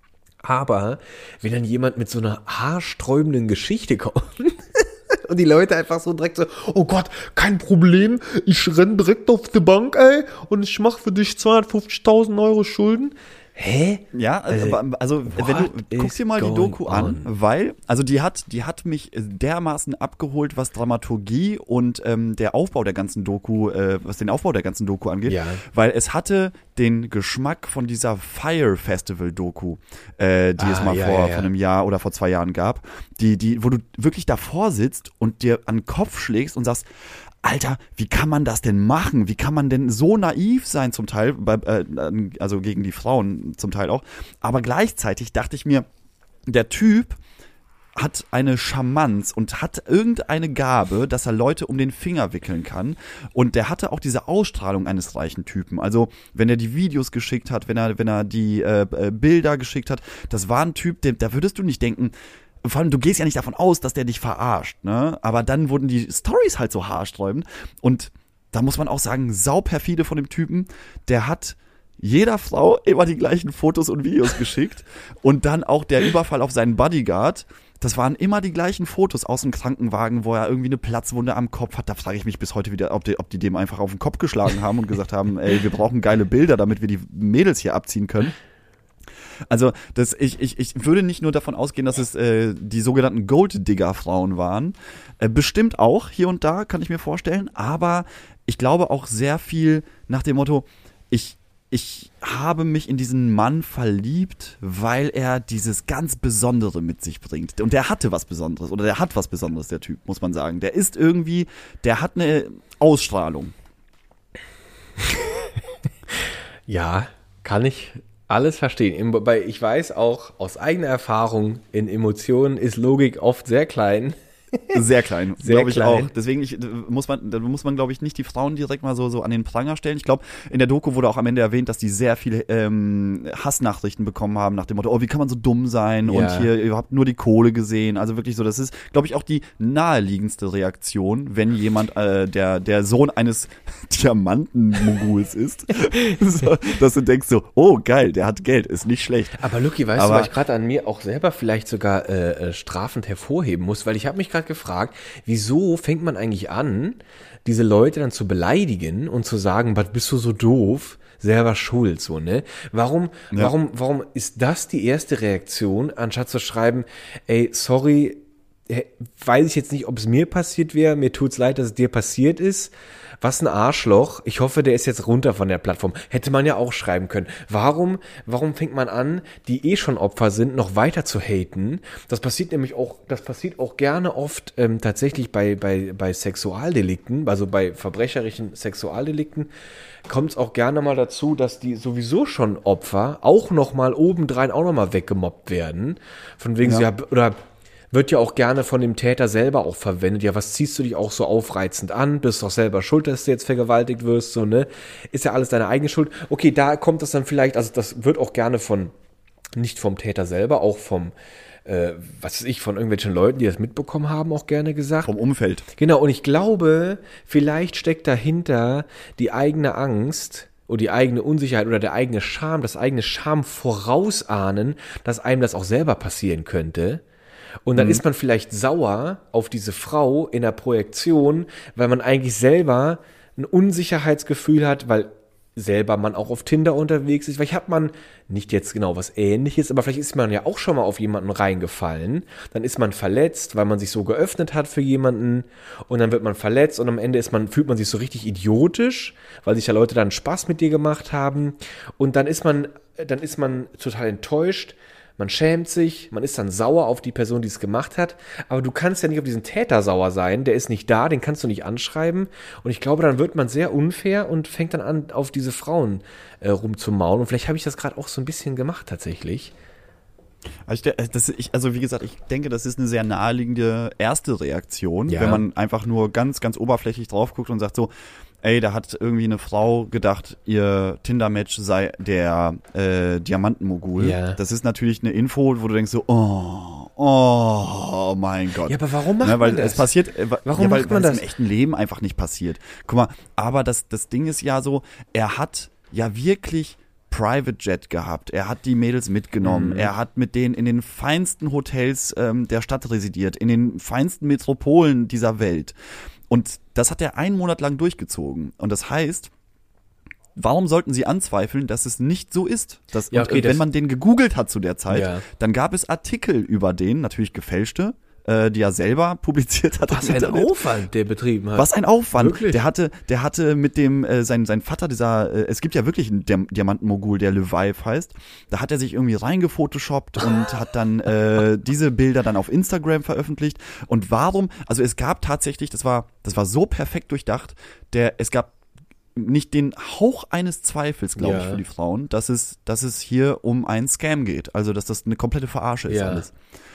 Aber wenn dann jemand mit so einer haarsträubenden Geschichte kommt und die Leute einfach so direkt so, oh Gott, kein Problem, ich renn direkt auf die Bank, ey, und ich mach für dich zweihundertfünfzigtausend Euro Schulden. Hä? Ja, also, äh, also wenn du guckst dir mal die Doku on? an, weil, also die hat, die hat mich dermaßen abgeholt, was Dramaturgie und ähm, der Aufbau der ganzen Doku, äh, was den Aufbau der ganzen Doku angeht, ja. Weil es hatte den Geschmack von dieser Fire Festival Doku, äh, die ah, es mal ja, vor, ja, ja. vor einem Jahr oder vor zwei Jahren gab, die, die, wo du wirklich davor sitzt und dir an den Kopf schlägst und sagst, Alter, wie kann man das denn machen? Wie kann man denn so naiv sein zum Teil, bei, äh, also gegen die Frauen zum Teil auch. Aber gleichzeitig dachte ich mir, der Typ hat eine Charmanz und hat irgendeine Gabe, dass er Leute um den Finger wickeln kann. Und der hatte auch diese Ausstrahlung eines reichen Typen. Also wenn er die Videos geschickt hat, wenn er, wenn er die äh, Bilder geschickt hat, das war ein Typ, der, da würdest du nicht denken, vor allem, du gehst ja nicht davon aus, dass der dich verarscht, ne? Aber dann wurden die Storys halt so haarsträubend. Und da muss man auch sagen, sauperfide von dem Typen, der hat jeder Frau immer die gleichen Fotos und Videos geschickt. Und dann auch der Überfall auf seinen Bodyguard. Das waren immer die gleichen Fotos aus dem Krankenwagen, wo er irgendwie eine Platzwunde am Kopf hat. Da frage ich mich bis heute wieder, ob die, ob die dem einfach auf den Kopf geschlagen haben und gesagt haben, ey, wir brauchen geile Bilder, damit wir die Mädels hier abziehen können. Also das, ich, ich, ich würde nicht nur davon ausgehen, dass es äh, die sogenannten Gold-Digger-Frauen waren. Äh, bestimmt auch hier und da, kann ich mir vorstellen. Aber ich glaube auch sehr viel nach dem Motto, ich Ich habe mich in diesen Mann verliebt, weil er dieses ganz Besondere mit sich bringt. Und der hatte was Besonderes. Oder der hat was Besonderes, der Typ, muss man sagen. Der ist irgendwie, der hat eine Ausstrahlung. Ja, kann ich alles verstehen. Wobei ich weiß auch aus eigener Erfahrung, in Emotionen ist Logik oft sehr klein. Sehr klein, Sehr glaube ich klein. auch. Deswegen ich, muss man, da muss man, glaube ich, nicht die Frauen direkt mal so, so an den Pranger stellen. Ich glaube, in der Doku wurde auch am Ende erwähnt, dass die sehr viele ähm, Hassnachrichten bekommen haben nach dem Motto, oh, wie kann man so dumm sein? Ja. Und hier, ihr habt nur die Kohle gesehen. Also wirklich so, das ist, glaube ich, auch die naheliegendste Reaktion, wenn jemand, äh, der, der Sohn eines Diamanten-Moguls ist, so, dass du denkst so, oh, geil, der hat Geld, ist nicht schlecht. Aber Luki, weißt Aber- du, was ich gerade an mir auch selber vielleicht sogar äh, äh, strafend hervorheben muss? Weil ich habe mich gerade gefragt, wieso fängt man eigentlich an, diese Leute dann zu beleidigen und zu sagen, was bist du so doof, selber schuld, so, ne? Warum, Ja. warum, warum ist das die erste Reaktion, anstatt zu schreiben, ey, sorry, äh, weiß ich jetzt nicht, ob es mir passiert wäre, mir tut's leid, dass es dir passiert ist. Was ein Arschloch. Ich hoffe, der ist jetzt runter von der Plattform. Hätte man ja auch schreiben können. Warum, warum fängt man an, die eh schon Opfer sind, noch weiter zu haten? Das passiert nämlich auch, das passiert auch gerne oft ähm, tatsächlich bei, bei, bei Sexualdelikten, also bei verbrecherischen Sexualdelikten, kommt es auch gerne mal dazu, dass die sowieso schon Opfer auch noch mal obendrein auch noch mal weggemobbt werden. Von wegen, Ja. sie ja, oder wird ja auch gerne von dem Täter selber auch verwendet. Ja, was ziehst du dich auch so aufreizend an? Bist doch selber schuld, dass du jetzt vergewaltigt wirst, so, ne? Ist ja alles deine eigene Schuld. Okay, da kommt das dann vielleicht, also das wird auch gerne von, nicht vom Täter selber, auch vom, äh, was weiß ich, von irgendwelchen Leuten, die das mitbekommen haben, auch gerne gesagt. Vom Umfeld. Genau, und ich glaube, vielleicht steckt dahinter die eigene Angst oder die eigene Unsicherheit oder der eigene Scham, das eigene Scham vorausahnen, dass einem das auch selber passieren könnte. Und dann Mhm. ist man vielleicht sauer auf diese Frau in der Projektion, weil man eigentlich selber ein Unsicherheitsgefühl hat, weil selber man auch auf Tinder unterwegs ist. Vielleicht hat man nicht jetzt genau was Ähnliches, aber vielleicht ist man ja auch schon mal auf jemanden reingefallen. Dann ist man verletzt, weil man sich so geöffnet hat für jemanden und dann wird man verletzt und am Ende ist man, fühlt man sich so richtig idiotisch, weil sich ja Leute dann Spaß mit dir gemacht haben und dann ist man, dann ist man total enttäuscht. Man schämt sich, man ist dann sauer auf die Person, die es gemacht hat, aber du kannst ja nicht auf diesen Täter sauer sein, der ist nicht da, den kannst du nicht anschreiben und ich glaube, dann wird man sehr unfair und fängt dann an, auf diese Frauen äh, rumzumaulen und vielleicht habe ich das gerade auch so ein bisschen gemacht tatsächlich. Also, ich, das, ich, also wie gesagt, ich denke, das ist eine sehr naheliegende erste Reaktion, Ja. wenn man einfach nur ganz, ganz oberflächlich drauf guckt und sagt so, ey, da hat irgendwie eine Frau gedacht, ihr Tinder-Match sei der äh, Diamantenmogul. Ja. Das ist natürlich eine Info, wo du denkst so, oh, oh mein Gott. Ja, aber warum macht Ne, weil man das? es passiert, äh, Warum ja, weil, macht man weil es das? im echten Leben einfach nicht passiert. Guck mal, aber das, das Ding ist ja so, er hat ja wirklich Private Jet gehabt. Er hat die Mädels mitgenommen. Mhm. Er hat mit denen in den feinsten Hotels ähm, der Stadt residiert, in den feinsten Metropolen dieser Welt. Und das hat er einen Monat lang durchgezogen. Und das heißt, warum sollten sie anzweifeln, dass es nicht so ist? Das, Ja, und, okay, äh, wenn das- man den gegoogelt hat zu der Zeit, Ja. dann gab es Artikel über den, natürlich gefälschte, äh, die er selber publiziert hat. Was ein Aufwand der betrieben hat. Was ein Aufwand. Wirklich? Der hatte, der hatte mit dem, äh, sein, sein Vater, dieser, äh, es gibt ja wirklich einen Diam- Diamantenmogul, der Levive heißt. Da hat er sich irgendwie reingefotoshoppt und hat dann äh, diese Bilder dann auf Instagram veröffentlicht. Und warum? Also es gab tatsächlich, das war, das war so perfekt durchdacht, der, es gab nicht den Hauch eines Zweifels, glaube Ja. ich, für die Frauen, dass es, dass es hier um einen Scam geht. Also, dass das eine komplette Verarsche ist Ja. alles.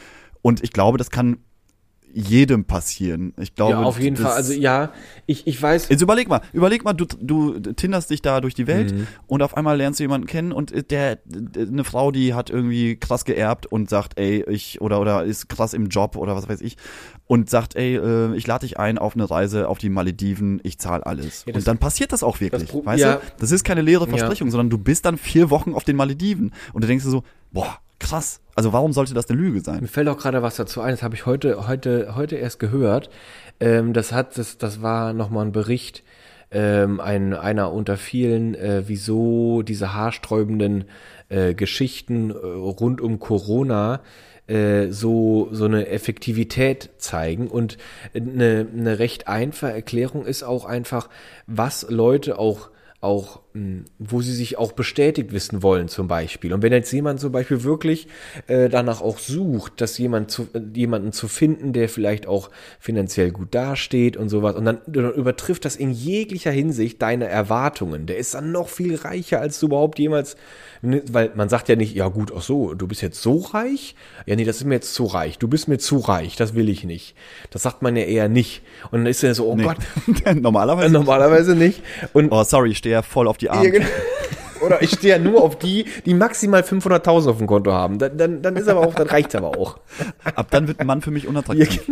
Und ich glaube, das kann jedem passieren. Ich glaube, Ja, auf jeden das, Fall. Also ja, ich, ich weiß. Jetzt überleg mal, überleg mal, du, du tinderst dich da durch die Welt Mhm. und auf einmal lernst du jemanden kennen und der, der eine Frau, die hat irgendwie krass geerbt und sagt, ey, ich, oder, oder ist krass im Job oder was weiß ich und sagt, ey, äh, ich lade dich ein auf eine Reise auf die Malediven, ich zahle alles. Ja, das- und dann passiert das auch wirklich, das Pro- weißt ja. du? Das ist keine leere Ja. Versprechung, sondern du bist dann vier Wochen auf den Malediven und du denkst dir so, boah, krass. Also warum sollte das eine Lüge sein? Mir fällt auch gerade was dazu ein, das habe ich heute, heute, heute erst gehört. Ähm, das hat, das, das war nochmal ein Bericht, ähm, ein, einer unter vielen, äh, wieso diese haarsträubenden äh, Geschichten äh, rund um Corona äh, so, so eine Effektivität zeigen. Und eine, eine recht einfache Erklärung ist auch einfach, was Leute auch auch, mh, wo sie sich auch bestätigt wissen wollen zum Beispiel. Und wenn jetzt jemand zum Beispiel wirklich äh, danach auch sucht, dass jemand zu, äh, jemanden zu finden, der vielleicht auch finanziell gut dasteht und sowas, und dann, dann übertrifft das in jeglicher Hinsicht deine Erwartungen. Der ist dann noch viel reicher, als du überhaupt jemals, weil man sagt ja nicht, ja gut, ach so, du bist jetzt so reich? Ja, nee, das ist mir jetzt zu reich. Du bist mir zu reich, das will ich nicht. Das sagt man ja eher nicht. Und dann ist er so, oh Nee. Gott, Normalerweise. normalerweise nicht. Und Oh, sorry, ich stehe ja voll auf die Arme. ja, genau. Oder ich stehe ja nur auf die, die maximal fünfhunderttausend auf dem Konto haben. Dann, dann, dann ist aber auch, dann reicht's aber auch. Ab dann wird ein Mann für mich unattraktiv.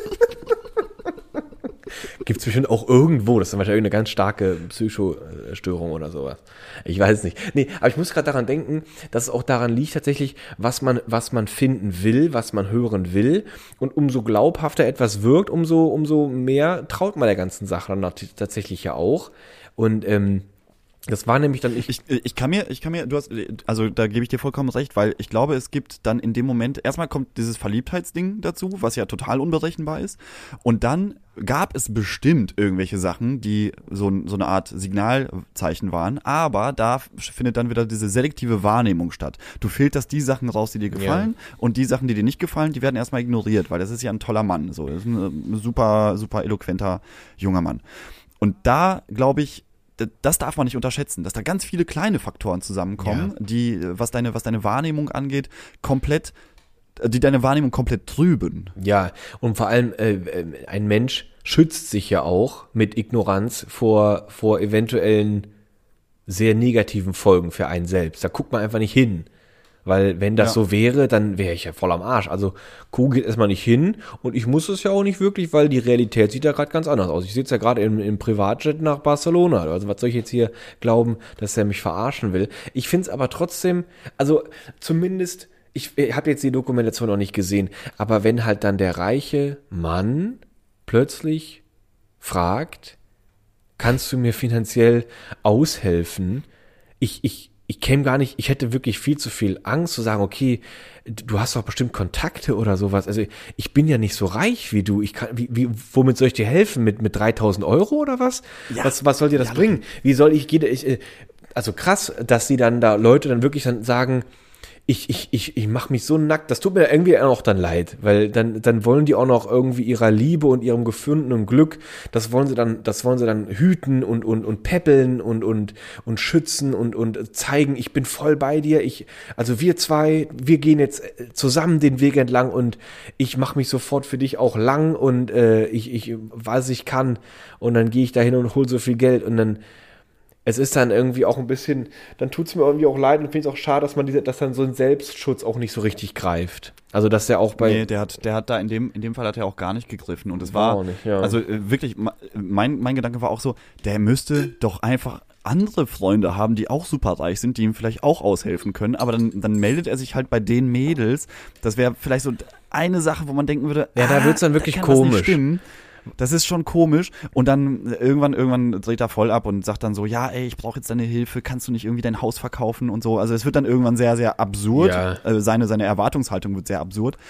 Gibt's bestimmt auch irgendwo, das ist wahrscheinlich eine ganz starke Psychostörung oder sowas. Ich weiß es nicht. Nee, aber ich muss gerade daran denken, dass es auch daran liegt tatsächlich, was man, was man finden will, was man hören will. Und umso glaubhafter etwas wirkt, umso, umso mehr traut man der ganzen Sache dann tatsächlich ja auch. Und, ähm, das war nämlich dann ich. Ich, ich kann mir, ich kann mir, du hast, also da gebe ich dir vollkommen recht, weil ich glaube, es gibt dann in dem Moment, erstmal kommt dieses Verliebtheitsding dazu, was ja total unberechenbar ist. Und dann gab es bestimmt irgendwelche Sachen, die so, so eine Art Signalzeichen waren, aber da findet dann wieder diese selektive Wahrnehmung statt. Du filterst die Sachen raus, die dir gefallen, ja. Und die Sachen, die dir nicht gefallen, die werden erstmal ignoriert, weil das ist ja ein toller Mann, so, das ist ein super, super eloquenter junger Mann. Und da, glaube ich, das darf man nicht unterschätzen, dass da ganz viele kleine Faktoren zusammenkommen, ja. die, was deine, was deine Wahrnehmung angeht, komplett, die deine Wahrnehmung komplett trüben. Ja, und vor allem, äh, ein Mensch schützt sich ja auch mit Ignoranz vor, vor eventuellen sehr negativen Folgen für einen selbst. Da guckt man einfach nicht hin. Weil wenn das ja. so wäre, dann wäre ich ja voll am Arsch. Also Kuh geht erstmal nicht hin und ich muss es ja auch nicht wirklich, weil die Realität sieht ja gerade ganz anders aus. Ich sitze ja gerade im, im Privatjet nach Barcelona. Also was soll ich jetzt hier glauben, dass er mich verarschen will? Ich finde es aber trotzdem, also zumindest, ich habe jetzt die Dokumentation noch nicht gesehen, aber wenn halt dann der reiche Mann plötzlich fragt, kannst du mir finanziell aushelfen? Ich, ich, Ich käme gar nicht, ich hätte wirklich viel zu viel Angst zu sagen, okay, du hast doch bestimmt Kontakte oder sowas. Also ich bin ja nicht so reich wie du. Ich kann, wie, wie, womit soll ich dir helfen? Mit mit dreitausend Euro oder was? Ja. Was was soll dir das ja, bringen? Wie soll ich, ich, also krass, dass sie dann da Leute dann wirklich dann sagen, ich, ich, ich, ich mache mich so nackt, das tut mir irgendwie auch dann leid, weil dann, dann wollen die auch noch irgendwie ihrer Liebe und ihrem gefundenen Glück, das wollen sie dann, das wollen sie dann hüten und, und, und peppeln und, und, und schützen und, und zeigen, ich bin voll bei dir, ich, also wir zwei, wir gehen jetzt zusammen den Weg entlang und ich mache mich sofort für dich auch lang und, äh, ich, ich, was ich kann und dann gehe ich da hin und hol so viel Geld und dann, es ist dann irgendwie auch ein bisschen, dann tut es mir irgendwie auch leid und finde es auch schade, dass man diese, dass dann so ein Selbstschutz auch nicht so richtig greift. Also dass der auch bei. Nee, der hat, der hat da in dem, in dem Fall hat er auch gar nicht gegriffen. Und es war, auch nicht, ja. also äh, wirklich, mein, mein Gedanke war auch so, der müsste doch einfach andere Freunde haben, die auch super reich sind, die ihm vielleicht auch aushelfen können. Aber dann, dann meldet er sich halt bei den Mädels. Das wäre vielleicht so eine Sache, wo man denken würde, ja, da ah, wird's dann wirklich da kann komisch. Das nicht stimmen. Das ist schon komisch und dann irgendwann irgendwann dreht er voll ab und sagt dann so, ja, ey, ich brauche jetzt deine Hilfe, kannst du nicht irgendwie dein Haus verkaufen und so. Also es wird dann irgendwann sehr, sehr absurd. Ja. Also seine, seine Erwartungshaltung wird sehr absurd.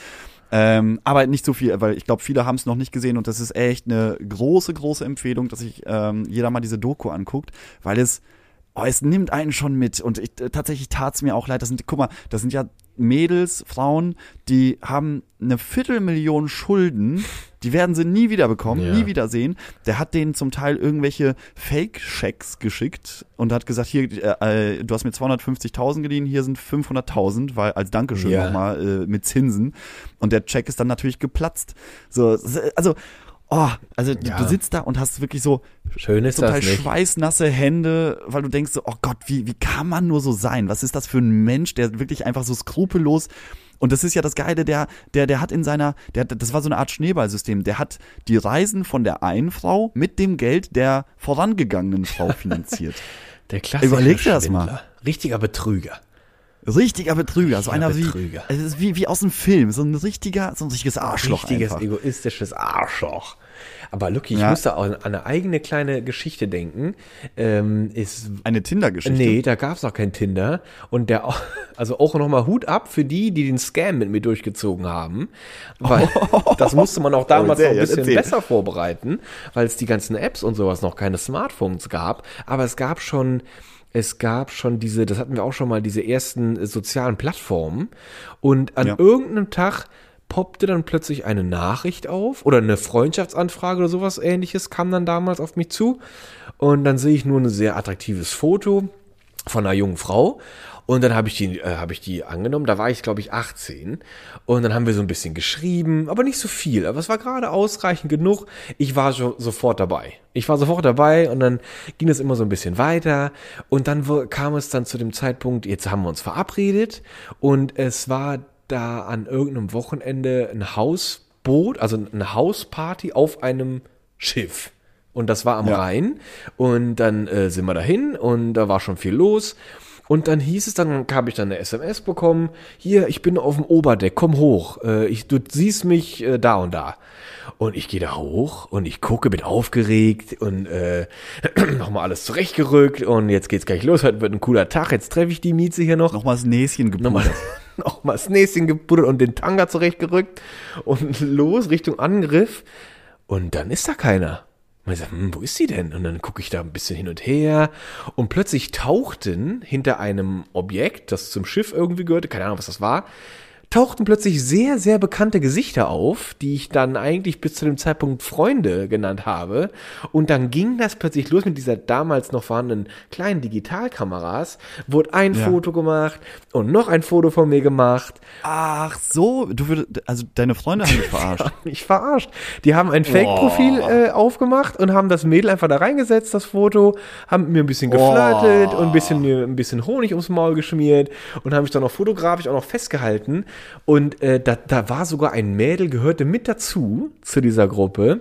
Ähm, aber nicht so viel, weil ich glaube, viele haben es noch nicht gesehen und das ist echt eine große, große Empfehlung, dass sich ähm, jeder mal diese Doku anguckt, weil es, oh, es nimmt einen schon mit und ich, äh, tatsächlich tat's mir auch leid. Das sind, guck mal, das sind ja Mädels, Frauen, die haben eine Viertelmillion Schulden, die werden sie nie wieder bekommen, Ja. nie wieder sehen. Der hat denen zum Teil irgendwelche Fake-Schecks geschickt und hat gesagt, hier, äh, du hast mir zweihundertfünfzigtausend geliehen, hier sind fünfhunderttausend, weil als Dankeschön Ja. nochmal äh, mit Zinsen. Und der Check ist dann natürlich geplatzt. So, also, oh, also Ja. du sitzt da und hast wirklich so Schön ist zum Teil das nicht. schweißnasse Hände, weil du denkst so, oh Gott, wie, wie kann man nur so sein? Was ist das für ein Mensch, der wirklich einfach so skrupellos. Und das ist ja das Geile, der, der, der hat in seiner, der, das war so eine Art Schneeballsystem, der hat die Reisen von der einen Frau mit dem Geld der vorangegangenen Frau finanziert. Der klassische Überleg dir das mal. Schwindler. Richtiger Betrüger. Richtiger Betrüger, so einer wie, Betrüger. es ist wie, wie aus dem Film, so ein richtiger, so ein richtiges Arschloch Richtiges einfach. egoistisches Arschloch. Aber Lucky, ich Ja. musste auch an eine eigene kleine Geschichte denken. Ähm, ist Eine Tinder-Geschichte. Nee, da gab's auch kein Tinder. Und der, auch- also auch nochmal Hut ab für die, die den Scam mit mir durchgezogen haben. Weil das musste man auch damals Oh, sehr, noch ein jetzt bisschen erzähl. besser vorbereiten, weil es die ganzen Apps und sowas noch keine Smartphones gab. Aber es gab schon, es gab schon diese, das hatten wir auch schon mal, diese ersten äh, sozialen Plattformen. Und an Ja. irgendeinem Tag poppte dann plötzlich eine Nachricht auf oder eine Freundschaftsanfrage oder sowas Ähnliches kam dann damals auf mich zu. Und dann sehe ich nur ein sehr attraktives Foto von einer jungen Frau. Und dann habe ich die, äh, habe ich die angenommen. Da war ich, glaube ich, achtzehn. Und dann haben wir so ein bisschen geschrieben, aber nicht so viel. Aber es war gerade ausreichend genug. Ich war so, sofort dabei. Ich war sofort dabei und dann ging es immer so ein bisschen weiter. Und dann wo, kam es dann zu dem Zeitpunkt, jetzt haben wir uns verabredet. Und es war da an irgendeinem Wochenende ein Hausboot, also eine Hausparty auf einem Schiff. Und das war am Ja. Rhein. Und dann äh, sind wir dahin und da war schon viel los. Und dann hieß es, dann habe ich dann eine S M S bekommen, hier, ich bin auf dem Oberdeck, komm hoch, äh, ich, du siehst mich äh, da und da. Und ich gehe da hoch und ich gucke, bin aufgeregt und äh, nochmal alles zurechtgerückt und jetzt geht's gleich los, heute wird ein cooler Tag, jetzt treffe ich die Mieze hier noch. Nochmal das Näschen Nochmal, gepudert. nochmal das Näschen gebuddelt und den Tanga zurechtgerückt und los Richtung Angriff. Und dann ist da keiner. Und ich sage, hm, wo ist sie denn? Und dann gucke ich da ein bisschen hin und her und plötzlich tauchten hinter einem Objekt, das zum Schiff irgendwie gehörte, keine Ahnung, was das war, tauchten plötzlich sehr, sehr bekannte Gesichter auf, die ich dann eigentlich bis zu dem Zeitpunkt Freunde genannt habe. Und dann ging das plötzlich los mit dieser damals noch vorhandenen kleinen Digitalkameras, wurde ein Ja. Foto gemacht und noch ein Foto von mir gemacht. Ach so, du würdest, also deine Freunde haben dich verarscht. Haben mich verarscht. Die haben ein Fake-Profil äh, aufgemacht und haben das Mädel einfach da reingesetzt, das Foto, haben mit mir ein bisschen geflirtet und ein bisschen, mir ein bisschen Honig ums Maul geschmiert und haben mich dann noch fotografisch auch noch festgehalten. Und äh, da, da war sogar ein Mädel, gehörte mit dazu, zu dieser Gruppe.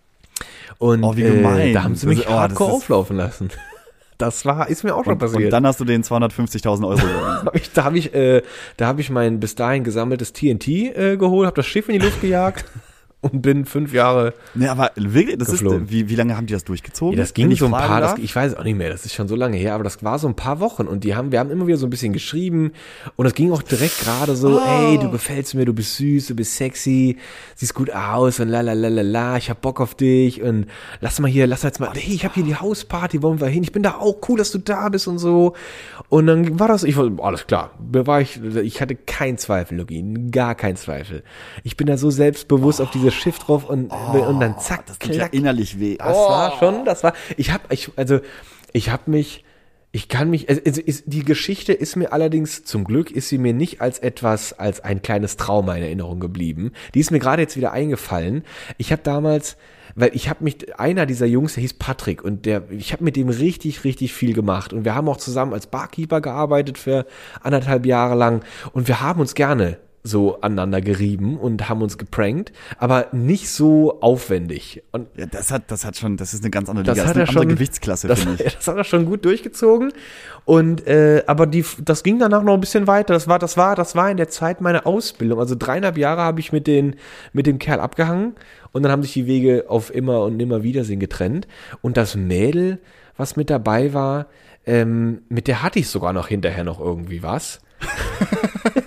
Und Oh, wie gemein. Äh, da haben sie Das mich ist- oh, das hardcore ist- auflaufen lassen. Das war, ist mir auch schon Und, passiert. und dann hast du den zweihundertfünfzigtausend Euro überwiesen. Hab ich, da habe ich, äh, da habe ich mein bis dahin gesammeltes T N T äh, geholt, habe das Schiff in die Luft gejagt und bin fünf Jahre. Nee, aber wirklich, das Geflogen. ist, wie, wie lange haben die das durchgezogen? Ja, das Wenn ging ich so ein fragen paar, das, darf? ich weiß es auch nicht mehr, das ist schon so lange her, aber das war so ein paar Wochen und die haben, wir haben immer wieder so ein bisschen geschrieben und es ging auch direkt gerade so, Oh. ey, du gefällst mir, du bist süß, du bist sexy, siehst gut aus und la la la la la, ich hab Bock auf dich und lass mal hier, lass jetzt mal, hey, ich hab hier die Hausparty, wollen wir hin, ich bin da auch, cool, dass du da bist und so. Und dann war das, ich war, alles klar, da war ich, ich hatte keinen Zweifel, Lucky, gar keinen Zweifel. Ich bin da so selbstbewusst auf dieses Schiff drauf und, und dann zack, Das tut ja klack, innerlich weh. das war schon, das war, ich hab, ich, also, ich hab mich, ich kann mich, also, also ist, die Geschichte ist mir allerdings, zum Glück ist sie mir nicht als etwas, als ein kleines Trauma in Erinnerung geblieben. Die ist mir gerade jetzt wieder eingefallen. Ich habe damals, weil ich habe mich, einer dieser Jungs, der hieß Patrick und der, ich habe mit dem richtig, richtig viel gemacht und wir haben auch zusammen als Barkeeper gearbeitet für anderthalb Jahre lang und wir haben uns gerne so aneinander gerieben und haben uns geprankt, aber nicht so aufwendig. Und Ja, das hat, das hat schon, das ist eine ganz andere das Liga, hat das er ist eine andere schon, Gewichtsklasse, das, finde ich. das hat er schon gut durchgezogen. Und äh, aber die, das ging danach noch ein bisschen weiter. Das war, das war, das war in der Zeit meiner Ausbildung. Also dreieinhalb Jahre habe ich mit den, mit dem Kerl abgehangen und dann haben sich die Wege auf immer und nimmer Wiedersehen getrennt. Und das Mädel, was mit dabei war, ähm, mit der hatte ich sogar noch hinterher noch irgendwie was.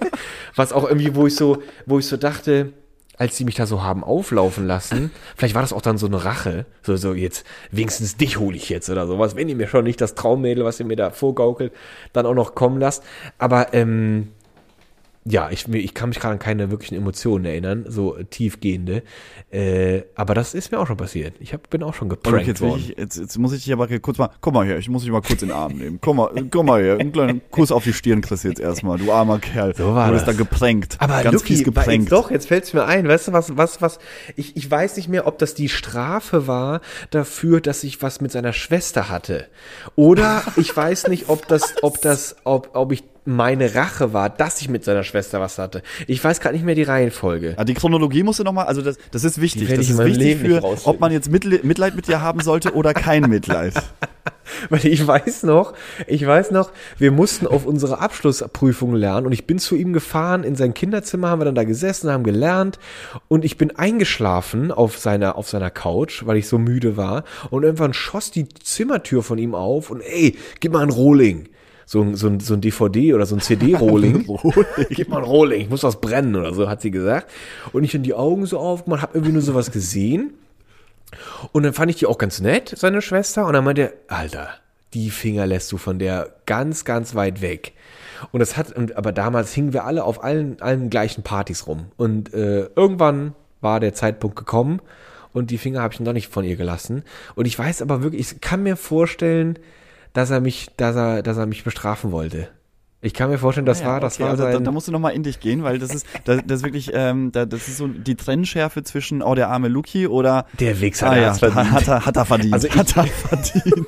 Was auch irgendwie, wo ich so, wo ich so dachte, als sie mich da so haben auflaufen lassen, vielleicht war das auch dann so eine Rache, so, so jetzt, wenigstens dich hole ich jetzt oder sowas, wenn ihr mir schon nicht das Traummädel, was ihr mir da vorgaukelt, dann auch noch kommen lasst. Aber, ähm, ja, ich, ich kann mich gerade an keine wirklichen Emotionen erinnern, so tiefgehende. Äh, aber das ist mir auch schon passiert. Ich hab, bin auch schon geprankt okay, jetzt, worden. ich, jetzt, jetzt muss ich dich aber kurz mal, komm mal her, ich muss dich mal kurz in den Arm nehmen. Komm mal, komm mal her, einen kleinen Kuss auf die Stirn kriegst du jetzt erstmal, du armer Kerl. So war du bist das. da gepränkt, Aber ganz Luki, fies gepränkt. jetzt doch, jetzt fällt's mir ein. Weißt du, was, was, was, ich, ich weiß nicht mehr, ob das die Strafe war dafür, dass ich was mit seiner Schwester hatte. Oder ich weiß nicht, ob das, ob das, ob, ob ich meine Rache war, dass ich mit seiner Schwester was hatte. Ich weiß gerade nicht mehr die Reihenfolge. Ah, die Chronologie musst du nochmal, also das, das ist wichtig. werd Das ich in ist meinem wichtig Leben nicht für, rausfinden. ob man jetzt Mitle- Mitleid mit dir haben sollte oder kein Mitleid. Weil ich weiß noch, ich weiß noch, wir mussten auf unsere Abschlussprüfung lernen und ich bin zu ihm gefahren, in sein Kinderzimmer haben wir dann da gesessen, haben gelernt und ich bin eingeschlafen auf seiner, auf seiner Couch, weil ich so müde war und irgendwann schoss die Zimmertür von ihm auf und ey, gib mal ein Rohling. So ein, so ein, so ein D V D oder so ein C D-Rohling. Gib mal ein Rohling, ich muss was brennen oder so, hat sie gesagt. Und ich dann die Augen so aufgemacht, hab irgendwie nur sowas gesehen. Und dann fand ich die auch ganz nett, seine Schwester. Und dann meinte er, Alter, die Finger lässt du von der ganz, ganz weit weg. Und das hat, aber damals hingen wir alle auf allen, allen gleichen Partys rum. Und äh, irgendwann war der Zeitpunkt gekommen und die Finger habe ich dann doch nicht von ihr gelassen. Und ich weiß aber wirklich, ich kann mir vorstellen, dass er mich, dass er, dass er mich bestrafen wollte. Ich kann mir vorstellen, das Ja, war, das okay, war also sein... da, da musst du nochmal in dich gehen, weil das ist, das, das ist wirklich, ähm, da, das ist so die Trennschärfe zwischen, oh, der arme Luki oder, Der Wichser, ah der ja, hat's verdient. hat er, hat er verdient, Also ich- hat er verdient.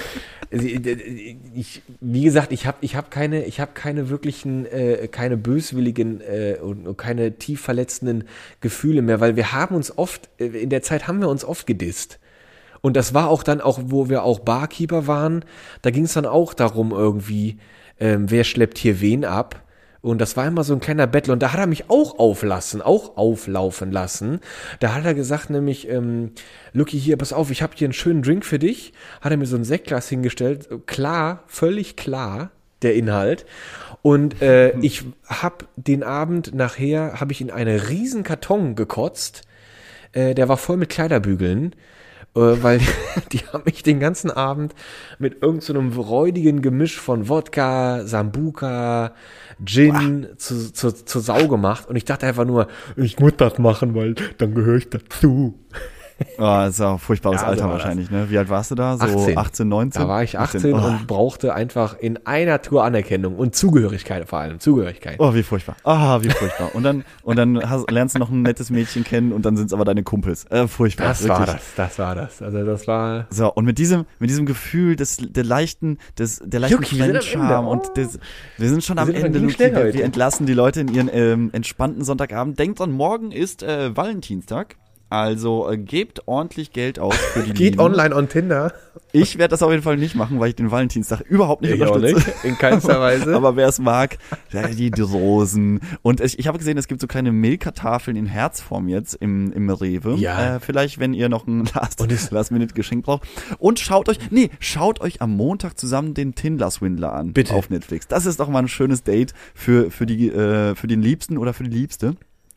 Ich, wie gesagt, ich habe ich hab keine, ich hab keine wirklichen, äh, keine böswilligen äh, und, und keine tief verletzenden Gefühle mehr, weil wir haben uns oft, äh, in der Zeit haben wir uns oft gedisst. Und das war auch dann auch, wo wir auch Barkeeper waren, da ging es dann auch darum irgendwie, ähm, wer schleppt hier wen ab. Und das war immer so ein kleiner Battle. Und da hat er mich auch auflassen, auch auflaufen lassen. Da hat er gesagt nämlich, ähm, Luki, hier, pass auf, ich habe hier einen schönen Drink für dich. Hat er mir so ein Sektglas hingestellt. Klar, völlig klar, der Inhalt. Und äh, ich habe den Abend nachher, habe ich in einen riesen Karton gekotzt. Äh, der war voll mit Kleiderbügeln. Weil die haben mich den ganzen Abend mit irgendeinem so räudigen Gemisch von Wodka, Sambuca, Gin zu, zu, zu Sau gemacht. Und ich dachte einfach nur, ich muss das machen, weil dann gehöre ich dazu. Oh, das ist auch ein furchtbares Ja, so Alter war wahrscheinlich, ne? Wie alt warst du da? So achtzehn. achtzehn, neunzehn? Da war ich achtzehn Oh. und brauchte einfach in einer Tour Anerkennung und Zugehörigkeit vor allem. Zugehörigkeit. Oh, wie furchtbar. Ah, wie furchtbar. Und dann, und dann hast, lernst du noch ein nettes Mädchen kennen und dann sind es aber deine Kumpels. Äh, furchtbar. Das wirklich. war das, das war das. Also das war... So, und mit diesem, mit diesem Gefühl des, der leichten, des, der leichten Luki, wir sind am Fremdscham Ende. und des, wir sind schon Wir am sind schon Ende, ging Luki. schnell Wir, heute. wir entlassen die Leute in ihren ähm, entspannten Sonntagabend. Denkt dran, morgen ist äh, Valentinstag. Also äh, gebt ordentlich Geld aus für die Geht Lieben. online on Tinder. Ich werde das auf jeden Fall nicht machen, weil ich den Valentinstag überhaupt nicht Ich auch unterstütze. nicht, in keinster Weise. Aber wer es mag, ja, die Rosen. Und ich, ich habe gesehen, es gibt so kleine Milka-Tafeln in Herzform jetzt im, im Rewe. Ja. Äh, vielleicht, wenn ihr noch ein Last, Und es- Last-Minute-Geschenk braucht. Und schaut euch, nee, schaut euch am Montag zusammen den Tinder-Swindler an. Bitte. Auf Netflix. Das ist doch mal ein schönes Date für, für, die, äh, für den Liebsten oder für die Liebste.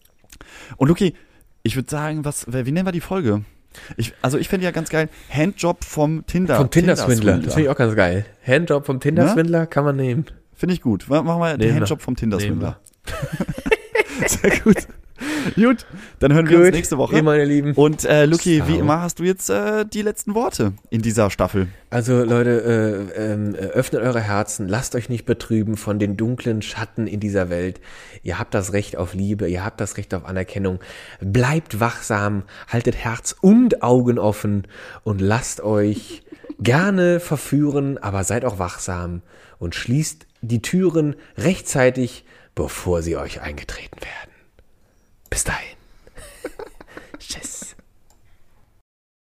Und Luki, ich würde sagen, was, wie nennen wir die Folge? Ich, also ich finde ja ganz geil, Handjob vom Tinder. Vom Tinder-Swindler. Das finde ich auch ganz geil. Handjob vom Tinder-Swindler kann man nehmen. Finde ich gut. Machen wir den Nehmen wir. Handjob vom Tinder-Swindler. Nehmen Sehr gut. Gut, dann hören wir uns nächste Woche. Hey, meine Lieben. Und äh, Luki, Ciao. wie immer hast du jetzt äh, die letzten Worte in dieser Staffel. Also Leute, äh, ähm, öffnet eure Herzen, lasst euch nicht betrüben von den dunklen Schatten in dieser Welt. Ihr habt das Recht auf Liebe, ihr habt das Recht auf Anerkennung. Bleibt wachsam, haltet Herz und Augen offen und lasst euch gerne verführen, aber seid auch wachsam und schließt die Türen rechtzeitig, bevor sie euch eingetreten werden. Bis dahin.